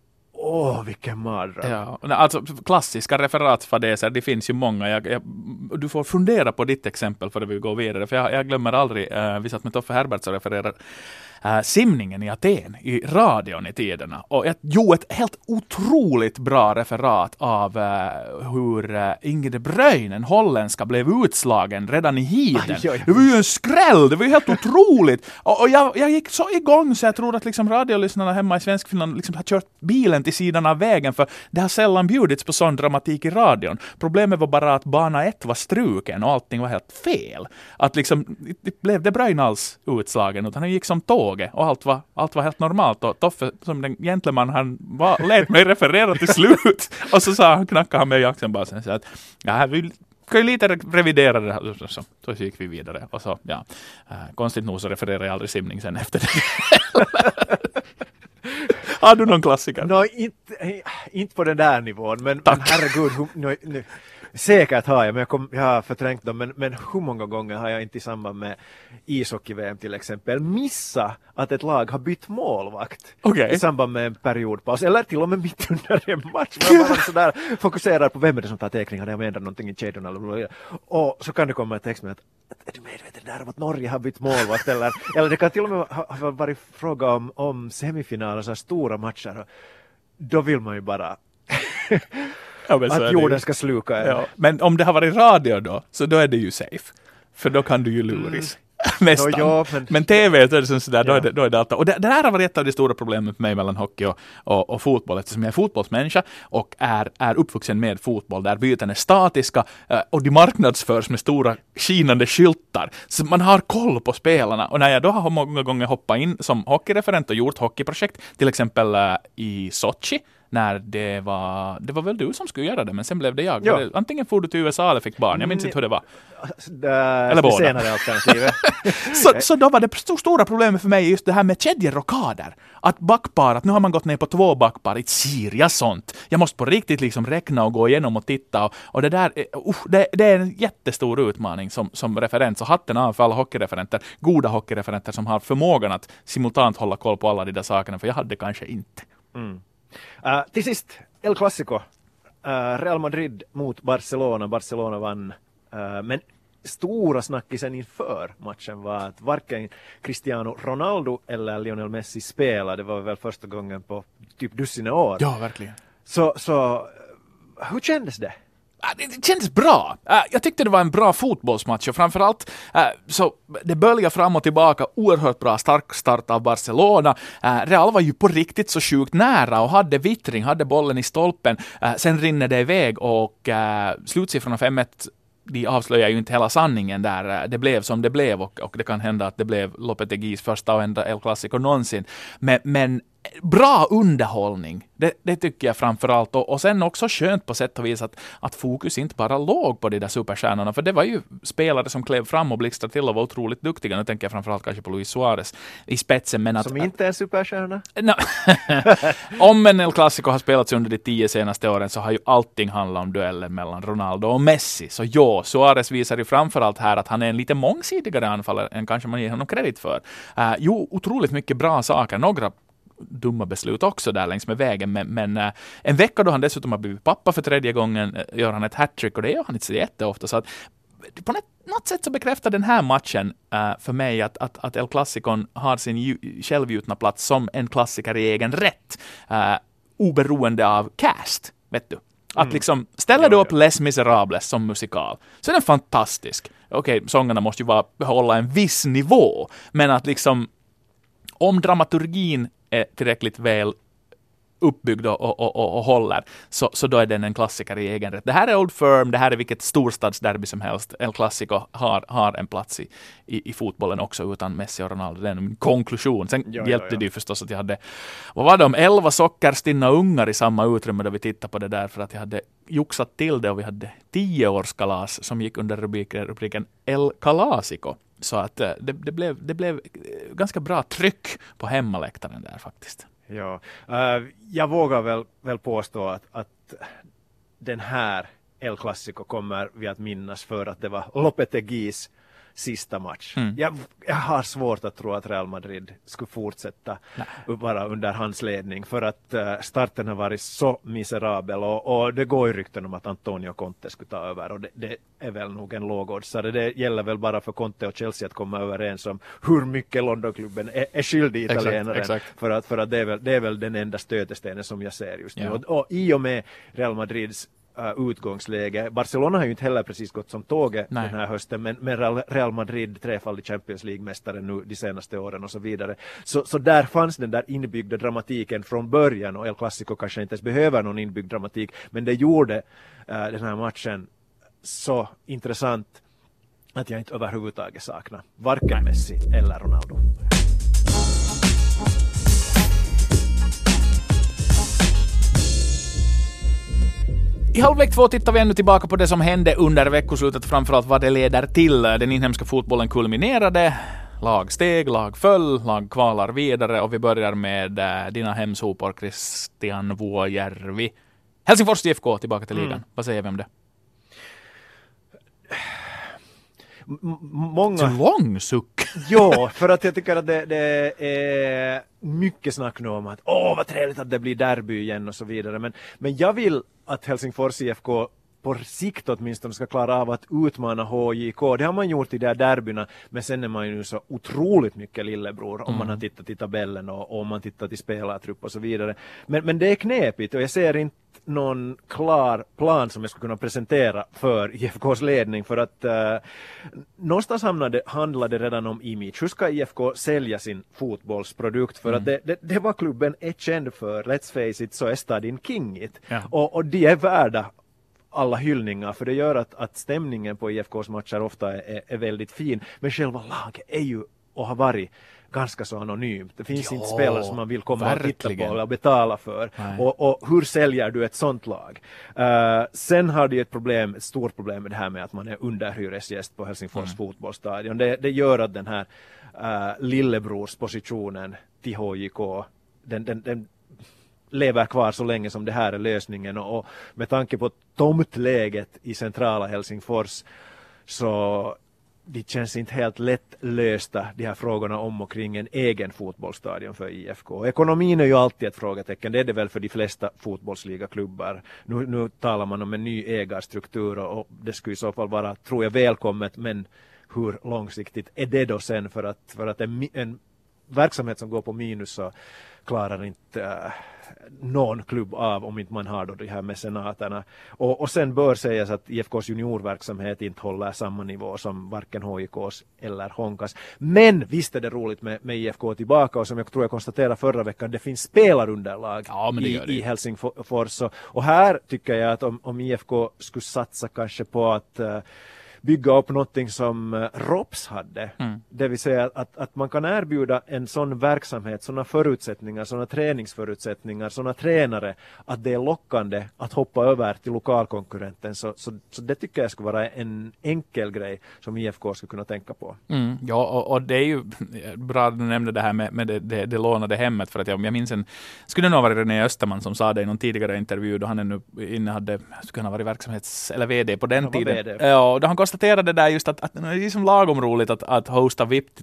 Speaker 3: Åh, vilken mardröm.
Speaker 2: Ja, alltså klassiska referatfadeser, det finns ju många. Jag, jag, du får fundera på ditt exempel för att vi går vidare. För jag, jag glömmer aldrig, uh, vi satt med Toffe Herberts och refererar uh, simningen i Aten i radion i tiderna. Och ett, jo, ett helt otroligt bra referat av uh, hur uh, Inge de Bruyne, en holländska, blev utslagen redan i hiden. Aj, aj. Det var ju en skräll, det var ju helt otroligt. Och, och jag, jag gick så igång så jag tror att liksom radiolyssnarna hemma i Svenskfinland liksom har kört bilen till sidan av vägen, för det har sällan bjudits på sån dramatik i radion. Problemet var bara att bana ett var struken och allting var helt fel. Att liksom, det blev det Bruyne alls utslagen, utan han gick som tåget och allt var, allt var helt normalt. Och Toffe, som den gentleman han var, lät mig referera till slut. Och så sa han, knackade han med i axeln bara så att ja, vi kan ju lite revidera det här. Så, så gick vi vidare. Och så, ja, konstigt nog så refererar jag aldrig simning sen efter det. Har du någon klassiker?
Speaker 3: No, inte, inte på den där nivån, men, men herregud, hur, nu, nu, säkert har jag, men jag, kom, jag har förträngt dem, men, men hur många gånger har jag inte i samband med ishockey-V M till exempel missa att ett lag har bytt målvakt
Speaker 2: okay.
Speaker 3: i samband med en periodpaus, eller till och med mitt under en match. Man bara sådär fokuserar på vem är det som tar teckningar, har de ändrat någonting i kedjorna, eller, och så kan det komma ett text med att är du medveten där om att Norge har bytt målvakt, eller, eller det kan till och med ha, ha varit fråga om, om semifinaler, så här stora matcher. Då vill man ju bara ja, att jorden ska sluka.
Speaker 2: Ja. Men om det har varit radio då, så då är det ju safe. För då kan du ju luris. Mm. Nästan. No, ja, men... men tv är det sådär, då, ja. är det, då är det allt. Och det, det här har varit ett av de stora problemen för mig mellan hockey och, och, och fotboll, eftersom jag är fotbollsmänniska och är, är uppvuxen med fotboll där byten är statiska eh, och de marknadsförs med stora skinande skyltar. Så man har koll på spelarna. Och när jag då har många gånger hoppat in som hockeyreferent och gjort hockeyprojekt, till exempel eh, i Sochi, när det var, det var väl du som skulle göra det, men sen blev det jag. Ja. Det, antingen får du till U S A eller fick barn, jag minns inte hur det var.
Speaker 3: Det, eller båda. Senare alternativet.
Speaker 2: så, så då var det st- stora problemet för mig just det här med kedjerokader. Att backpar, att nu har man gått ner på två backpar, inte ser jag sånt. Jag måste på riktigt liksom räkna och gå igenom och titta. Och, och det där, uh, det, det är en jättestor utmaning som, som referent. Så hatten av för alla hockeyreferenter, goda hockeyreferenter som har förmågan att simultant hålla koll på alla de där sakerna, för jag hade kanske inte.
Speaker 3: Mm. Uh, till sist, El Clasico. Uh, Real Madrid mot Barcelona. Barcelona vann. Uh, men stora snackisen inför matchen var att varken Cristiano Ronaldo eller Lionel Messi spelade. Det var väl första gången på typ dussina år.
Speaker 2: Ja, verkligen.
Speaker 3: Så, så hur kändes det?
Speaker 2: Det kändes bra. Jag tyckte det var en bra fotbollsmatch och framförallt så det började fram och tillbaka, oerhört bra stark start av Barcelona. Real var ju på riktigt så sjukt nära och hade vittring, hade bollen i stolpen. Sen rinner det iväg och slutsiffrorna fem ett, de avslöjar ju inte hela sanningen där. Det blev som det blev och, och det kan hända att det blev Lopetegis första och enda El Clasico någonsin. Men, men bra underhållning, det, det tycker jag framförallt. Och, och sen också skönt på sätt och vis att, att fokus inte bara låg på de där superstjärnorna. För det var ju spelare som klev fram och blixtrade till och var otroligt duktiga. Nu tänker jag framförallt kanske på Luis Suarez i spetsen. Men att,
Speaker 3: som inte är superstjärna?
Speaker 2: No, om en El Clasico har spelats under de tio senaste åren så har ju allting handlat om duellen mellan Ronaldo och Messi. Så ja, Suarez visar ju framförallt här att han är en lite mångsidigare anfallare än kanske man ger honom kredit för. Uh, jo, otroligt mycket bra saker. Några dumma beslut också där längs med vägen, men, men äh, en vecka då han dessutom har blivit pappa för tredje gången äh, gör han ett hattrick och det gör han inte så jätteofta, så att på något, något sätt så bekräftar den här matchen äh, för mig att, att, att El Clasicon har sin ju, självgjutna plats som en klassiker i egen rätt, äh, oberoende av cast, vet du. Att mm. liksom, ställer du upp Les Miserables som musikal, så är den fantastisk. Okej, okay, sångerna måste ju vara behålla en viss nivå, men att liksom om dramaturgin är tillräckligt väl uppbyggd och, och, och, och håller, så, så då är den en klassiker i egen rätt. Det här är Old Firm, det här är vilket storstadsderby som helst. El Clasico har, har en plats i, i, i fotbollen också utan Messi och Ronaldo. Det är min konklusion. Sen jo, hjälpte jo, jo. det ju förstås att jag hade, vad var de, elva sockerstinna ungar i samma utrymme då vi tittade på det där, för att jag hade joxat till det och vi hade tioårskalas som gick under rubriken, rubriken El Clasico. Så att det, det, blev, det blev ganska bra tryck på hemmaläktaren där faktiskt.
Speaker 3: Ja, uh, jag vågar väl, väl påstå att, att den här El Clasico kommer vi att minnas för att det var Lopetegis sista match.
Speaker 2: Mm.
Speaker 3: Jag, jag har svårt att tro att Real Madrid skulle fortsätta
Speaker 2: Nej.
Speaker 3: bara under hans ledning, för att uh, starten har varit så miserabel, och, och det går ju rykten om att Antonio Conte skulle ta över, och det, det är väl nog en lågoddsare. Det gäller väl bara för Conte och Chelsea att komma överens om hur mycket Londonklubben är, är skyldig italienaren,
Speaker 2: exakt, exakt.
Speaker 3: för att, för att det, är väl, det är väl den enda stötestenen som jag ser just nu.
Speaker 2: Ja.
Speaker 3: Och, och i och med Real Madrids Uh, utgångsläge. Barcelona har ju inte heller precis gått som tåget
Speaker 2: Nej.
Speaker 3: den här hösten, men, men Real Madrid, trefaldig Champions League-mästare nu de senaste åren och så vidare. Så, så där fanns den där inbyggda dramatiken från början, och El Clasico kanske inte ens behöver någon inbyggd dramatik, men det gjorde uh, den här matchen så intressant att jag inte överhuvudtaget saknar varken Messi eller Ronaldo.
Speaker 2: I halvlek två tittar vi ännu tillbaka på det som hände under veckoslutet, framförallt vad det leder till. Den inhemska fotbollen kulminerade, lag steg, lag föll, lag kvalar vidare, och vi börjar med äh, dina hemsopor, Christian Vuojärvi. Helsingfors I F K tillbaka till ligan. Mm. Vad säger vi om det?
Speaker 3: M- många...
Speaker 2: Så lång suck.
Speaker 3: Ja, för att jag tycker att det, det är mycket snack nu om att åh, vad trevligt att det blir derby igen och så vidare. Men, men jag vill att Helsingfors I F K på sikt åtminstone ska klara av att utmana H J K. Det har man gjort i de här derbyna, men sen är man ju så otroligt mycket lillebror om mm. man har tittat i tabellen och, och om man tittat i spelartrupp och så vidare. Men, men det är knepigt, och jag ser inte någon klar plan som jag skulle kunna presentera för I F K:s ledning, för att uh, någonstans hamnade, handlade redan om image. Hur ska I F K sälja sin fotbollsprodukt? För mm. att det, det, det var klubben är känd för, let's face it, så är Stadin king it.
Speaker 2: Ja.
Speaker 3: Och, och de är värda alla hyllningar, för det gör att, att stämningen på I F K:s matcher ofta är, är väldigt fin, men själva laget är ju och har varit ganska så anonymt. Det finns
Speaker 2: ja,
Speaker 3: inte spelare som man vill komma verkligen. och titta på eller betala för. Och, och hur säljer du ett sånt lag? Uh, sen har det ett problem, ett stort problem med det här med att man är underhyresgäst på Helsingfors mm. fotbollsstadion. Det, det gör att den här uh, lillebrorspositionen till H J K, den, den, den lever kvar så länge som det här är lösningen, och, och med tanke på tomtläget i centrala Helsingfors, så det känns inte helt lätt lösta de här frågorna om och kring en egen fotbollsstadion för I F K. Ekonomin är ju alltid ett frågetecken, det är det väl för de flesta fotbollsligaklubbar. Nu, nu talar man om en ny ägarstruktur, och det skulle i så fall vara, tror jag, välkommet, men hur långsiktigt är det då sen, för att, för att en, en verksamhet som går på minus så klarar inte uh, någon klubb av om inte man har då de här mecenaterna. Och, och sen bör sägas att I F K:s juniorverksamhet inte håller samma nivå som varken H J K:s eller Honkas. Men visst är det roligt med, med I F K tillbaka, och som jag tror jag konstaterade förra veckan, det finns spelarunderlag
Speaker 2: ja, det
Speaker 3: i, i Helsingfors. Och, och här tycker jag att om, om I F K skulle satsa kanske på att uh, bygga upp någonting som uh, Rops hade. Mm. Det vill säga att, att man kan erbjuda en sån verksamhet, sådana förutsättningar, sådana träningsförutsättningar, sådana tränare, att det är lockande att hoppa över till lokalkonkurrenten. Så, så, så det tycker jag skulle vara en enkel grej som I F K skulle kunna tänka på.
Speaker 2: Mm, ja, och, och det är ju bra att du nämnde det här med, med det, det, det lånade hemmet, för att jag, jag minns en, skulle nog vara René Österman som sa det i någon tidigare intervju, då han ännu innehade, skulle han ha varit verksamhets- eller V D på den tiden. V D. Ja, och då han konstaterade där just att, att det är som lagom roligt att, att hosta V I P,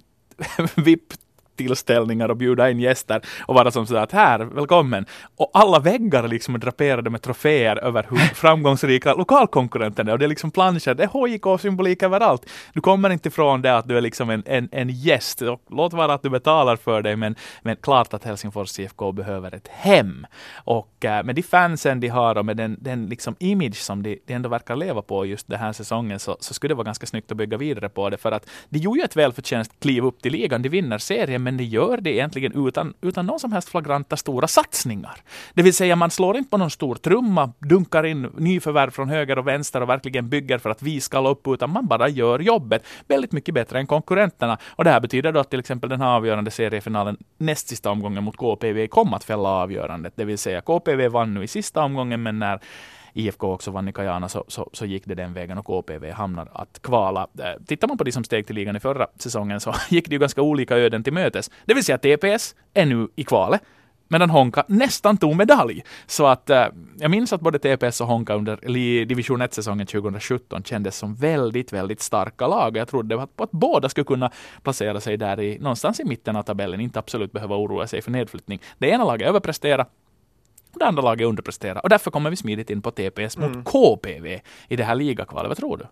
Speaker 2: V I P tillställningar och bjuda in gäster och vara som sådär att här, välkommen. Och alla väggar liksom är draperade med troféer över hur framgångsrika lokalkonkurrenterna är. Och det är liksom planscher, det är H J K-symbolik överallt. Du kommer inte ifrån det att du är liksom en, en, en gäst. Och låt vara att du betalar för dig, men, men klart att Helsingfors I F K behöver ett hem. Och äh, med de fansen de har och med den, den liksom image som de, de ändå verkar leva på just den här säsongen, så, så skulle det vara ganska snyggt att bygga vidare på det. För att de gjorde ju ett välförtjänst kliv upp till ligan. De vinner serien, men det gör det egentligen utan, utan någon som helst flagranta stora satsningar. Det vill säga, man slår inte på någon stor trumma, dunkar in nyförvärv från höger och vänster och verkligen bygger för att vi ska upp, utan man bara gör jobbet väldigt mycket bättre än konkurrenterna. Och det här betyder då att till exempel den här avgörande seriefinalen näst sista omgången mot K P V kom att fälla avgörandet. Det vill säga, K P V vann nu i sista omgången, men när I F K också vann i Kajana så, så, så gick det den vägen och K P V hamnar att kvala. Tittar man på de som steg till ligan i förra säsongen så gick det ju ganska olika öden till mötes. Det vill säga att T P S är nu i kvalet. medan Honka nästan tog medalj. Så att eh, jag minns att både T P S och Honka under division ett-säsongen tjugohundrasjutton kändes som väldigt, väldigt starka lag. Jag trodde att, att båda skulle kunna placera sig där i, någonstans i mitten av tabellen, inte absolut behöva oroa sig för nedflyttning. Det ena laget överpresterar, det andra laget underpresterar. Och därför kommer vi smidigt in på T P S mot mm. K P V i det här ligakvalet. Vad tror du?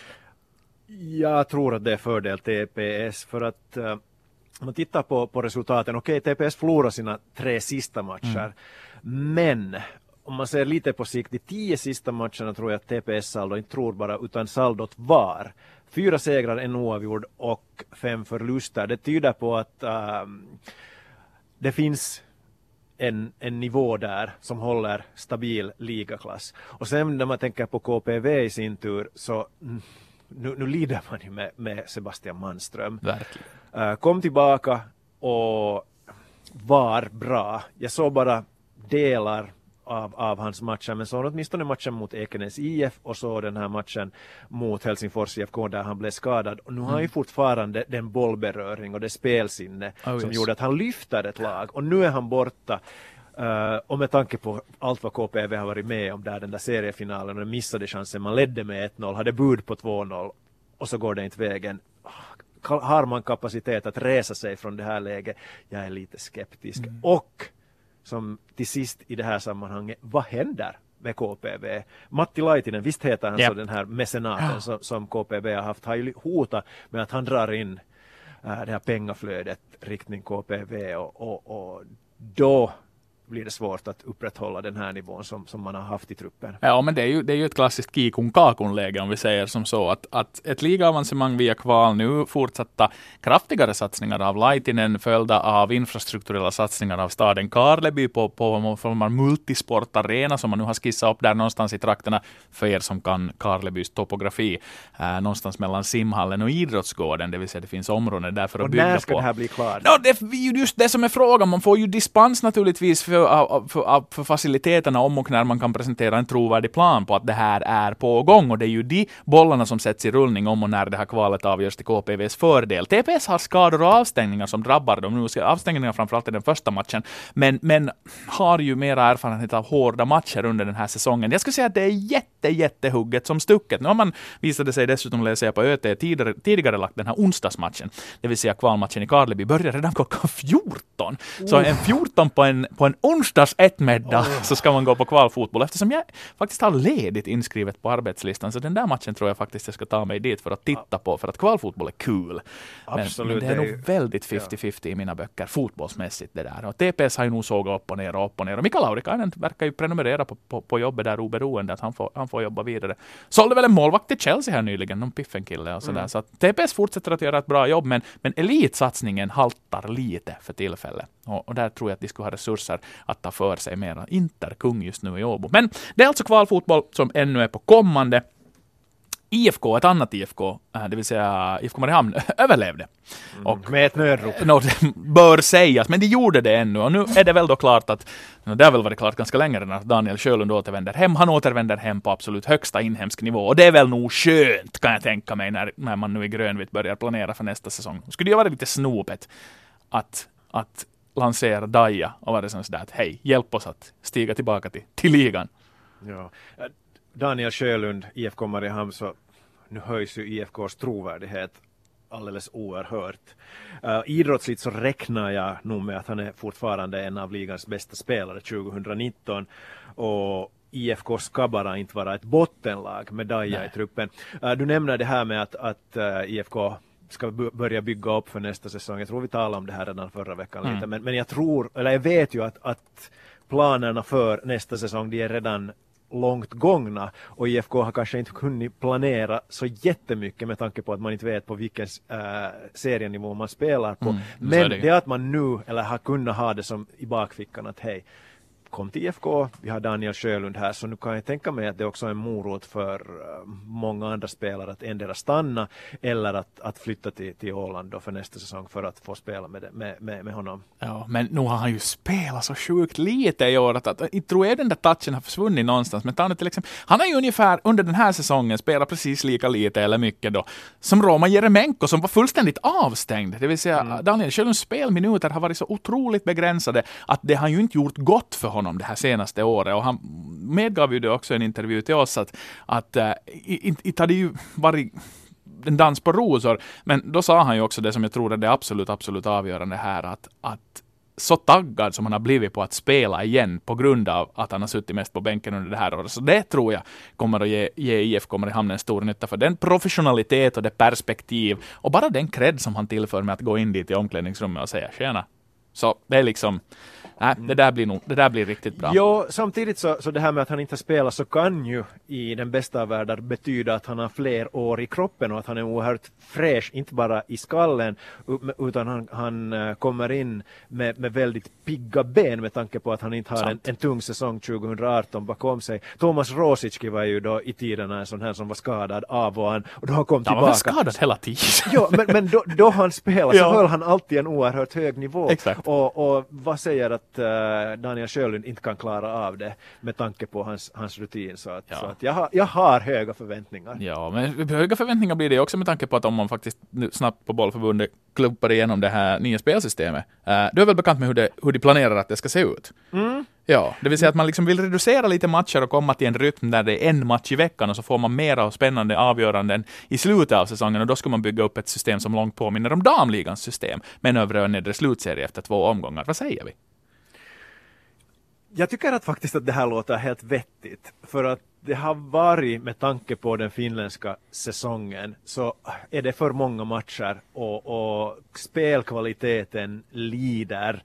Speaker 3: Jag tror att det är fördel T P S för att uh, om man tittar på, på resultaten, okej, okay, T P S förlorar sina tre sista matcher, mm. men om man ser lite på sikt, de tio sista matcherna tror jag att T P S-saldo, inte tror bara, utan saldot var fyra segrar, en oavgjord och fem förluster. Det tyder på att um, det finns En, en nivå där som håller stabil ligaklass. Och sen när man tänker på K P V i sin tur, så nu, nu lider man ju med, med Sebastian Manström.
Speaker 2: Verkligen.
Speaker 3: Uh, kom tillbaka och var bra. Jag såg bara delar av, av hans matcher, men så åtminstone matchen mot Ekenäs I F och så den här matchen mot Helsingfors I F K där han blev skadad. Och nu har han ju fortfarande den bollberöring och det spelsinne oh, som yes. gjorde att han lyfter ett lag. Och nu är han borta. Uh, och med tanke på allt vad K P V har varit med om där, den där seriefinalen och den missade chansen, man ledde med ett noll, hade bud på två noll och så går det inte vägen. Har man kapacitet att resa sig från det här läget? Jag är lite skeptisk. Mm. Och som till sist i det här sammanhanget, vad händer med K P V? Matti Laitinen, visst heter han yep. så, den här mecenaten ja. som, som K P V har haft, har ju hotat med att han drar in äh, det här pengaflödet riktning K P V och, och, och då blir det svårt att upprätthålla den här nivån som, som man har haft i truppen.
Speaker 2: Ja, men det är ju, det är ju ett klassiskt kikun-kakun-läge om vi säger som så att, att ett ligaavancemang via kval, nu fortsatta kraftigare satsningar av Laitinen följda av infrastrukturella satsningar av staden Karleby på, på, på en multisportarena som man nu har skissat upp där någonstans i trakterna för er som kan Karlebys topografi, eh, någonstans mellan simhallen och idrottsgården, det vill säga det finns områden där för att
Speaker 3: och
Speaker 2: bygga på. Och
Speaker 3: när ska det här bli klart?
Speaker 2: No, det är just det som är frågan, man får ju dispens naturligtvis för För, för, för faciliteterna om och när man kan presentera en trovärdig plan på att det här är på gång, och det är ju de bollarna som sätts i rullning om och när det här kvalet avgörs till K P Vs fördel. T P S har skador och avstängningar som drabbar dem nu, avstängningar framförallt i den första matchen, men, men har ju mera erfarenhet av hårda matcher under den här säsongen. Jag skulle säga att det är jätte, jättehugget som stucket. Nu har man visade sig dessutom läsa på Ö T tidigare, tidigare lagt den här onsdagsmatchen, det vill säga kvalmatchen i Karleby börjar redan klockan fjorton. Så en fjorton på en, på en onsdags etmiddag oh. så ska man gå på kvalfotboll, eftersom jag faktiskt har ledigt inskrivet på arbetslistan, så den där matchen tror jag faktiskt jag ska ta mig dit för att titta på, för att kvalfotboll är kul. Men, men det är nog väldigt fifty-fifty ja. i mina böcker fotbollsmässigt det där. Och T P S har ju nog sågat upp och ner och upp och ner. Och Mika Laurikainen verkar ju prenumerera på, på, på jobbet där oberoende att han får, han får jobba vidare. Sålde väl en målvakt till Chelsea här nyligen, någon piffenkille och sådär. Mm. Så att T P S fortsätter att göra ett bra jobb, men, men elitsatsningen haltar lite för tillfället. Och, och där tror jag att de skulle ha resurser att ta för sig mera. Interkung just nu i Åbo. Men det är alltså kvalfotboll som ännu är på kommande. I F K, ett annat I F K, det vill säga I F K Mariehamn, överlevde.
Speaker 3: Mm, och med ett nödrop.
Speaker 2: Något bör sägas, men de gjorde det ännu. Och nu är det väl då klart att, det har väl varit klart ganska länge redan att Daniel Sjölund återvänder hem. Han återvänder hem på absolut högsta inhemsk nivå. Och det är väl nog skönt, kan jag tänka mig, när, när man nu i Grönvitt börjar planera för nästa säsong. Det skulle ju vara lite snopet att, att lansera Daja och vara sån sådär att hej, hjälp oss att stiga tillbaka till, till ligan.
Speaker 3: Ja. Daniel Sjölund, I F K Mariehamn, så nu höjs ju I F K:s trovärdighet alldeles oerhört. Uh, idrottsligt så räknar jag nog med att han är fortfarande en av ligans bästa spelare tjugonitton, och I F K ska bara inte vara ett bottenlag med Daja i truppen. Uh, du nämner det här med att, att uh, I F K ska b- börja bygga upp för nästa säsong. Jag tror vi talade om det här redan förra veckan mm. lite, men, men jag tror, eller jag vet ju att, att planerna för nästa säsong, de är redan långt gångna, och I F K har kanske inte kunnat planera så jättemycket med tanke på att man inte vet på vilken äh, serienivå man spelar på. Mm, men det. det att man nu, eller har kunnat ha det som i bakfickan att hej, kom till I F K, vi har Daniel Sjölund här, så nu kan jag tänka mig att det också är en morot för uh, många andra spelare att endera stanna eller att, att flytta till, till Åland då för nästa säsong för att få spela med, det, med, med, med honom.
Speaker 2: Ja, men nu har han ju spelat så sjukt lite i år att, att jag tror jag den där touchen har försvunnit någonstans. Men ta till exempel, han har ju ungefär under den här säsongen spelat precis lika lite eller mycket då som Roman Jeremenko som var fullständigt avstängd. Det vill säga mm. Daniel Sjölunds spelminuter har varit så otroligt begränsade att det har ju inte gjort gott för honom det här senaste året. Och han medgav ju det också i en intervju till oss att, att äh, inte hade ju varit en dans på rosor, men då sa han ju också det som jag tror är det absolut, absolut avgörande här, att, att så taggad som han har blivit på att spela igen på grund av att han har suttit mest på bänken under det här året. Så det tror jag kommer att ge, ge I F kommer i hamna en stor nytta för den professionalitet och det perspektiv och bara den cred som han tillför med att gå in dit i omklädningsrummet och säga tjena. Så det är liksom nej, det där blir nog, det där blir riktigt bra.
Speaker 3: Jo, samtidigt så, så det här med att han inte spelar så kan ju i den bästa av världar betyda att han har fler år i kroppen och att han är oerhört fräsch, inte bara i skallen utan han, han kommer in med, med väldigt pigga ben med tanke på att han inte har en, en tung säsong tjugoarton bakom sig. Thomas Rosicki var ju då i tiden en sån här som var skadad av och han och då han kom
Speaker 2: ja,
Speaker 3: tillbaka.
Speaker 2: Han var skadad hela tiden.
Speaker 3: Jo, men, men då, då han spelade så
Speaker 2: ja.
Speaker 3: höll han alltid en oerhört hög nivå.
Speaker 2: Exakt.
Speaker 3: Och, och vad säger att Daniel Sjölund inte kan klara av det med tanke på hans, hans rutin. Så att,
Speaker 2: ja.
Speaker 3: så att jag, har, jag har höga förväntningar.
Speaker 2: Ja, men höga förväntningar blir det också med tanke på att om man faktiskt nu snabbt på bollförbundet klumpar igenom det här nya spelsystemet. Uh, du är väl bekant med hur, det, hur de planerar att det ska se ut?
Speaker 3: Mm.
Speaker 2: Ja, det vill säga att man liksom vill reducera lite matcher och komma till en rytm där det är en match i veckan och så får man mera och spännande avgöranden i slutet av säsongen och då ska man bygga upp ett system som långt påminner om damligans system med en övre och nedre slutserie efter två omgångar. Vad säger vi?
Speaker 3: Jag tycker att faktiskt att det här låter helt vettigt för att det har varit med tanke på den finländska säsongen så är det för många matcher och, och spelkvaliteten lider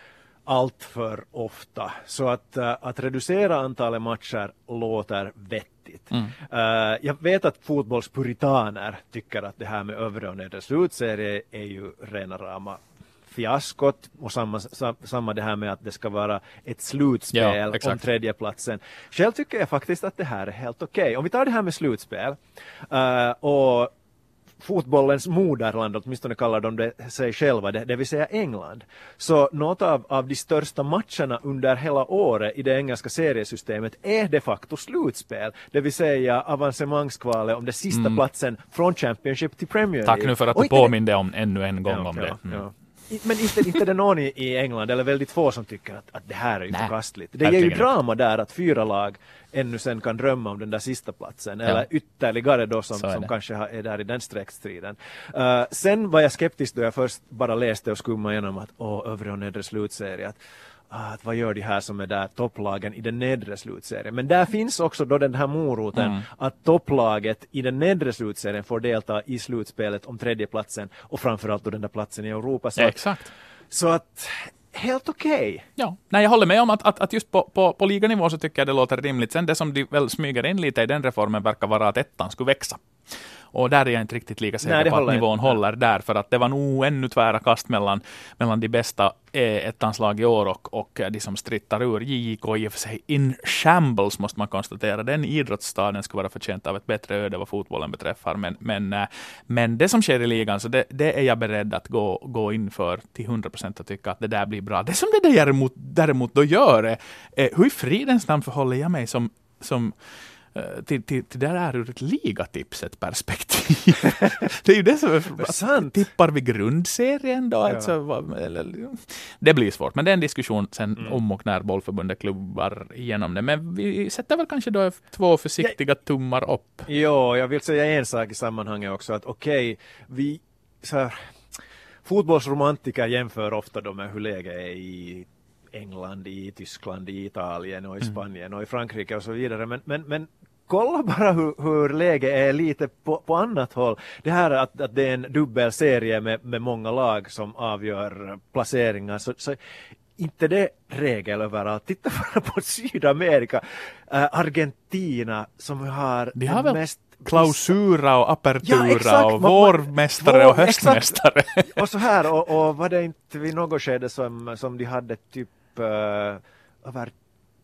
Speaker 3: allt för ofta. Så att, uh, att reducera antalet matcher låter vettigt. Mm. Uh, jag vet att fotbollspuritaner tycker att det här med övre och nedre slutserie är ju rena rama fiaskot och samma, samma det här med att det ska vara ett slutspel ja, om tredjeplatsen. Själv tycker jag faktiskt att det här är helt okej. Okay. Om vi tar det här med slutspel uh, och fotbollens moderland, åtminstone kallar de det sig själva, det, det vill säga England. Så något av, av de största matcherna under hela året i det engelska seriesystemet är de facto slutspel. Det vill säga avancemangskvalet om det sista mm. platsen från Championship till Premier League.
Speaker 2: Tack nu för att du påminde om ännu en gång ja, om
Speaker 3: ja,
Speaker 2: det. Mm.
Speaker 3: Ja. Men inte, inte det någon i, i England, eller väldigt få som tycker att, att det här är ju förkastligt. Det är ju drama där att fyra lag ännu sen kan drömma om den där sista platsen. Ja. Eller ytterligare då som, som kanske är där i den streckstriden. Uh, sen var jag skeptisk då jag först bara läste och skummade igenom att åh, övre och nedre slutserie. Att, att vad gör de här som är där topplagen i den nedre slutserien. Men där finns också då den här moroten mm. att topplaget i den nedre slutserien får delta i slutspelet om tredjeplatsen och framförallt då den där platsen i Europa. Så,
Speaker 2: ja, exakt.
Speaker 3: Så att helt okej. Okay.
Speaker 2: Ja, nej, jag håller med om att, att, att just på, på, på liganivå så tycker jag det låter rimligt. Sen det som de väl smyger in lite i den reformen verkar vara att ettan skulle växa. Och där är jag inte riktigt lika säker Nej, på att nivån inte. håller där. För att det var nog ännu tvära kast mellan, mellan de bästa ettanslag i år och, och de som strittar ur. J J K i och för sig in shambles måste man konstatera. Den idrottsstaden skulle vara förtjänt av ett bättre öde vad fotbollen beträffar. Men, men, men det som sker i ligan, så det, det är jag beredd att gå, gå in för till hundra procent och tycka att det där blir bra. Det som det däremot, däremot då gör är, hur i fridens namn förhåller jag mig som, som Till, till, till där är ur ett ligatipset perspektiv. Det är ju det som är sant. Tippar vi grundserien då? Ja. Alltså, eller, det blir svårt, men det är en diskussion sen mm. om och när bollförbundet klubbar igenom det. Men vi sätter väl kanske då två försiktiga ja. tummar upp.
Speaker 3: Ja, jag vill säga en sak i sammanhanget också. Att okej, okay, vi så här, fotbollsromantiker jämför ofta då med hur läget är i England, i Tyskland, i Italien och i Spanien mm. och i Frankrike och så vidare. Men, men, men kolla bara hur, hur läget är lite på, på annat håll. Det här att, att det är en dubbel serie med, med många lag som avgör placeringar. Så, så inte det regel överallt. Titta bara på Sydamerika. Äh, Argentina som har
Speaker 2: de har
Speaker 3: den
Speaker 2: väl
Speaker 3: mest
Speaker 2: klausura och apertura ja, exakt, och vårmästare och höstmästare.
Speaker 3: Och så här, och, och var det inte vid något skede som, som de hade typ uh, över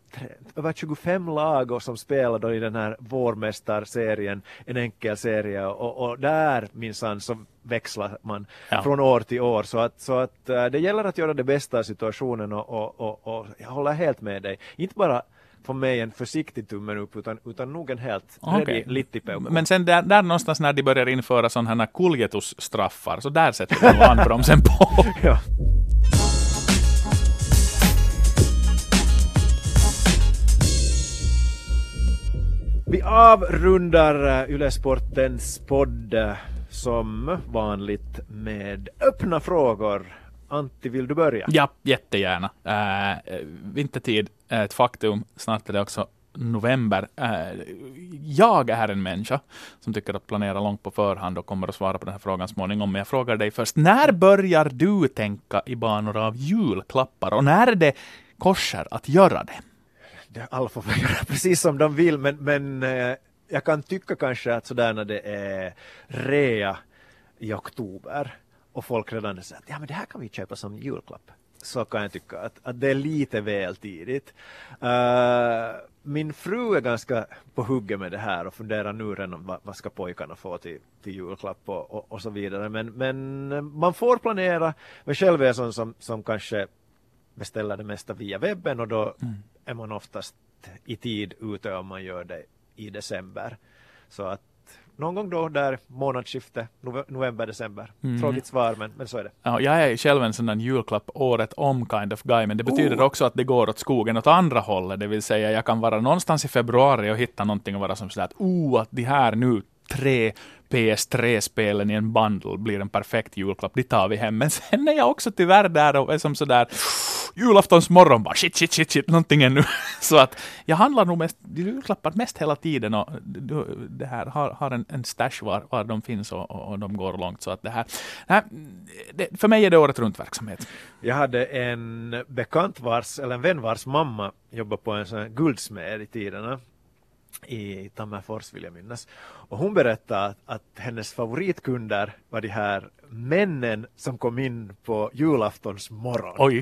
Speaker 3: över tjugofem lag och som spelar då i den här vårmästarserien, en enkel serie, och, och där minsann så växlar man ja. från år till år, så att, så att uh, det gäller att göra det bästa av situationen, och, och, och, och jag håller helt med dig. Inte bara för mig en försiktig tummen upp, utan, utan nog en helt
Speaker 2: okay.
Speaker 3: lite på.
Speaker 2: Men sen där, där någonstans när de börjar införa sådana här kuljetusstraffar, så där sätter de handbromsen på.
Speaker 3: ja. Vi avrundar uh, Yle Sportens podd uh, som vanligt med öppna frågor. Antti, vill du börja?
Speaker 2: Ja, jättegärna. Äh, vintertid är ett faktum. Snart är det också november. Äh, jag är en människa som tycker att planera långt på förhand och kommer att svara på den här frågan småningom. Men jag frågar dig först, när börjar du tänka i banor av julklappar? Och när är det korser att göra det?
Speaker 3: Alla får göra precis som de vill, men, men eh, jag kan tycka kanske att sådär när det är rea i oktober och folk redan säger att ja, men det här kan vi köpa som julklapp, så kan jag tycka att, att det är lite väl tidigt. Uh, min fru är ganska på hugget med det här och funderar nu redan vad, vad ska pojkarna få till, till julklapp och, och, och så vidare, men, men man får planera. Men själv är jag sån som, som kanske beställer det mesta via webben, och då mm. är man oftast i tid ute om man gör det i december. Så att någon gång då där månadsskifte, november, december. Mm. Tråkigt svar, men, men så är det.
Speaker 2: Ja, jag är själv en sån där julklapp året om kind of guy, men det betyder oh. också att det går åt skogen åt andra hållet. Det vill säga, jag kan vara någonstans i februari och hitta någonting och vara som sådär att oh, att de här nu tre P S tre-spelen i en bundle blir en perfekt julklapp. Det tar vi hem. Men sen är jag också tyvärr där och är som sådär julaftons morgon bara shit, shit, shit, shit, någonting ännu. Så att jag handlar nog mest, julklappar mest hela tiden, och det här har, har en, en stash var, var de finns och, och de går långt. Så att det här, nej, det, för mig är det året runt verksamhet.
Speaker 3: Jag hade en bekant vars, eller en vän vars mamma jobbar på en sån här guldsmed i tiderna i Tammerfors, vill jag minnas. Och hon berättade att, att hennes favoritkunder var de här männen som kom in på julaftons morgon.
Speaker 2: Oj.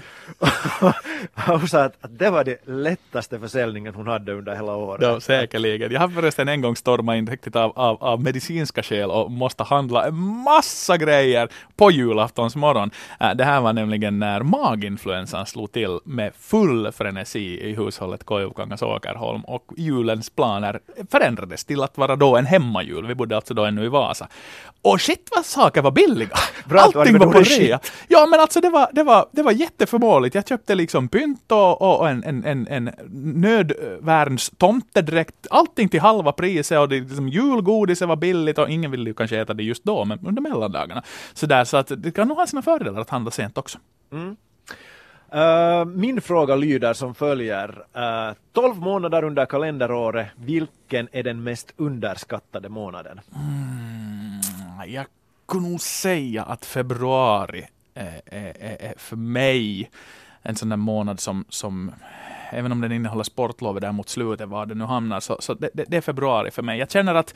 Speaker 3: Hon sa att, att det var det lättaste försäljningen hon hade under hela året.
Speaker 2: Ja, säkerligen. Jag har förresten en gång stormat in riktigt av, av, av medicinska skäl och måste handla en massa grejer på julaftons morgon. Det här var nämligen när maginfluensan slog till med full frenesi i hushållet Koivukangas Åkerholm, och julens planer förändrades till att vara då en hemmajul. Vi bodde alltså då ännu i Vasa. Och shit vad saker var billiga. Bra, allting var på rea. Ja, men alltså det var, det var, det var jätteförmåligt. Jag köpte liksom pynt och, och en, en, en, en nödvärns tomtedräkt. Allting till halva priset, och det, liksom, julgodiset var billigt och ingen ville ju kanske äta det just då, men under mellandagarna. Så, där, så att det kan nog ha sina fördelar att handla sent också.
Speaker 3: Mm. Uh, min fråga lyder som följer. Uh, tolv månader under kalenderåret, vilken är den mest underskattade månaden?
Speaker 2: Mm, jag kunde nog säga att februari är, är, är för mig en sån där månad som, som även om den innehåller sportlovet där mot slutet var det nu hamnar, så, så det, det, det är februari för mig. Jag känner att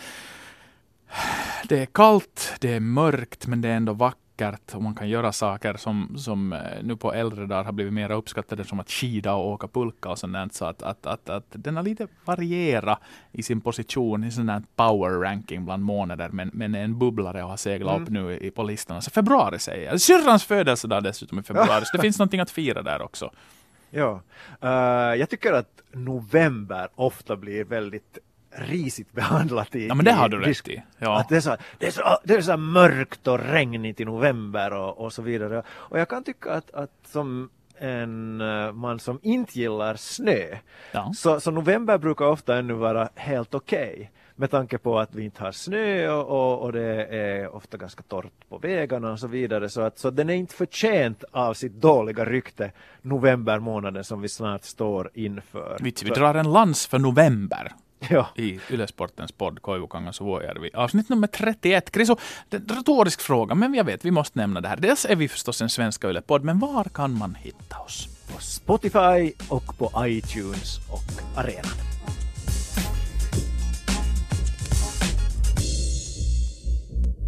Speaker 2: det är kallt, det är mörkt, men det är ändå vackert. Och man kan göra saker som, som nu på äldre dagar har blivit mer uppskattade, som att skida och åka pulka och sånt, så att, att, att, att den har lite varierat i sin position i sån där power ranking bland månader, men, men en bubblare har seglat mm. upp nu i, på listan. Så februari säger jag. Syrrans födelsedag dessutom i februari, så det finns någonting att fira där också.
Speaker 3: Ja, uh, jag tycker att november ofta blir väldigt risigt behandlat i...
Speaker 2: Ja, men det har du rätt i. Ja.
Speaker 3: Att det, är så, det, är så, det är så mörkt och regnigt i november och, och så vidare. Och jag kan tycka att, att som en uh, man som inte gillar snö, ja. så, så november brukar ofta ännu vara helt okej. Okay, med tanke på att vi inte har snö och, och, och det är ofta ganska torrt på vägarna och så vidare. Så, att, så den är inte förtjänt av sitt dåliga rykte novembermånaden som vi snart står inför.
Speaker 2: Vi, vi drar en lans för november.
Speaker 3: Ja.
Speaker 2: I Yle Sportens podd Koivukangas och Vuojärvi. Avsnitt nummer trettioett. Kriso, det är en retorisk fråga, men jag vet, vi måste nämna det här. Dels är vi förstås en svenska Yle podd, men var kan man hitta oss?
Speaker 3: På Spotify och på iTunes och arenan.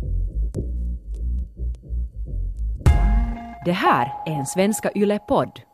Speaker 1: Det här är en svenska Yle podd.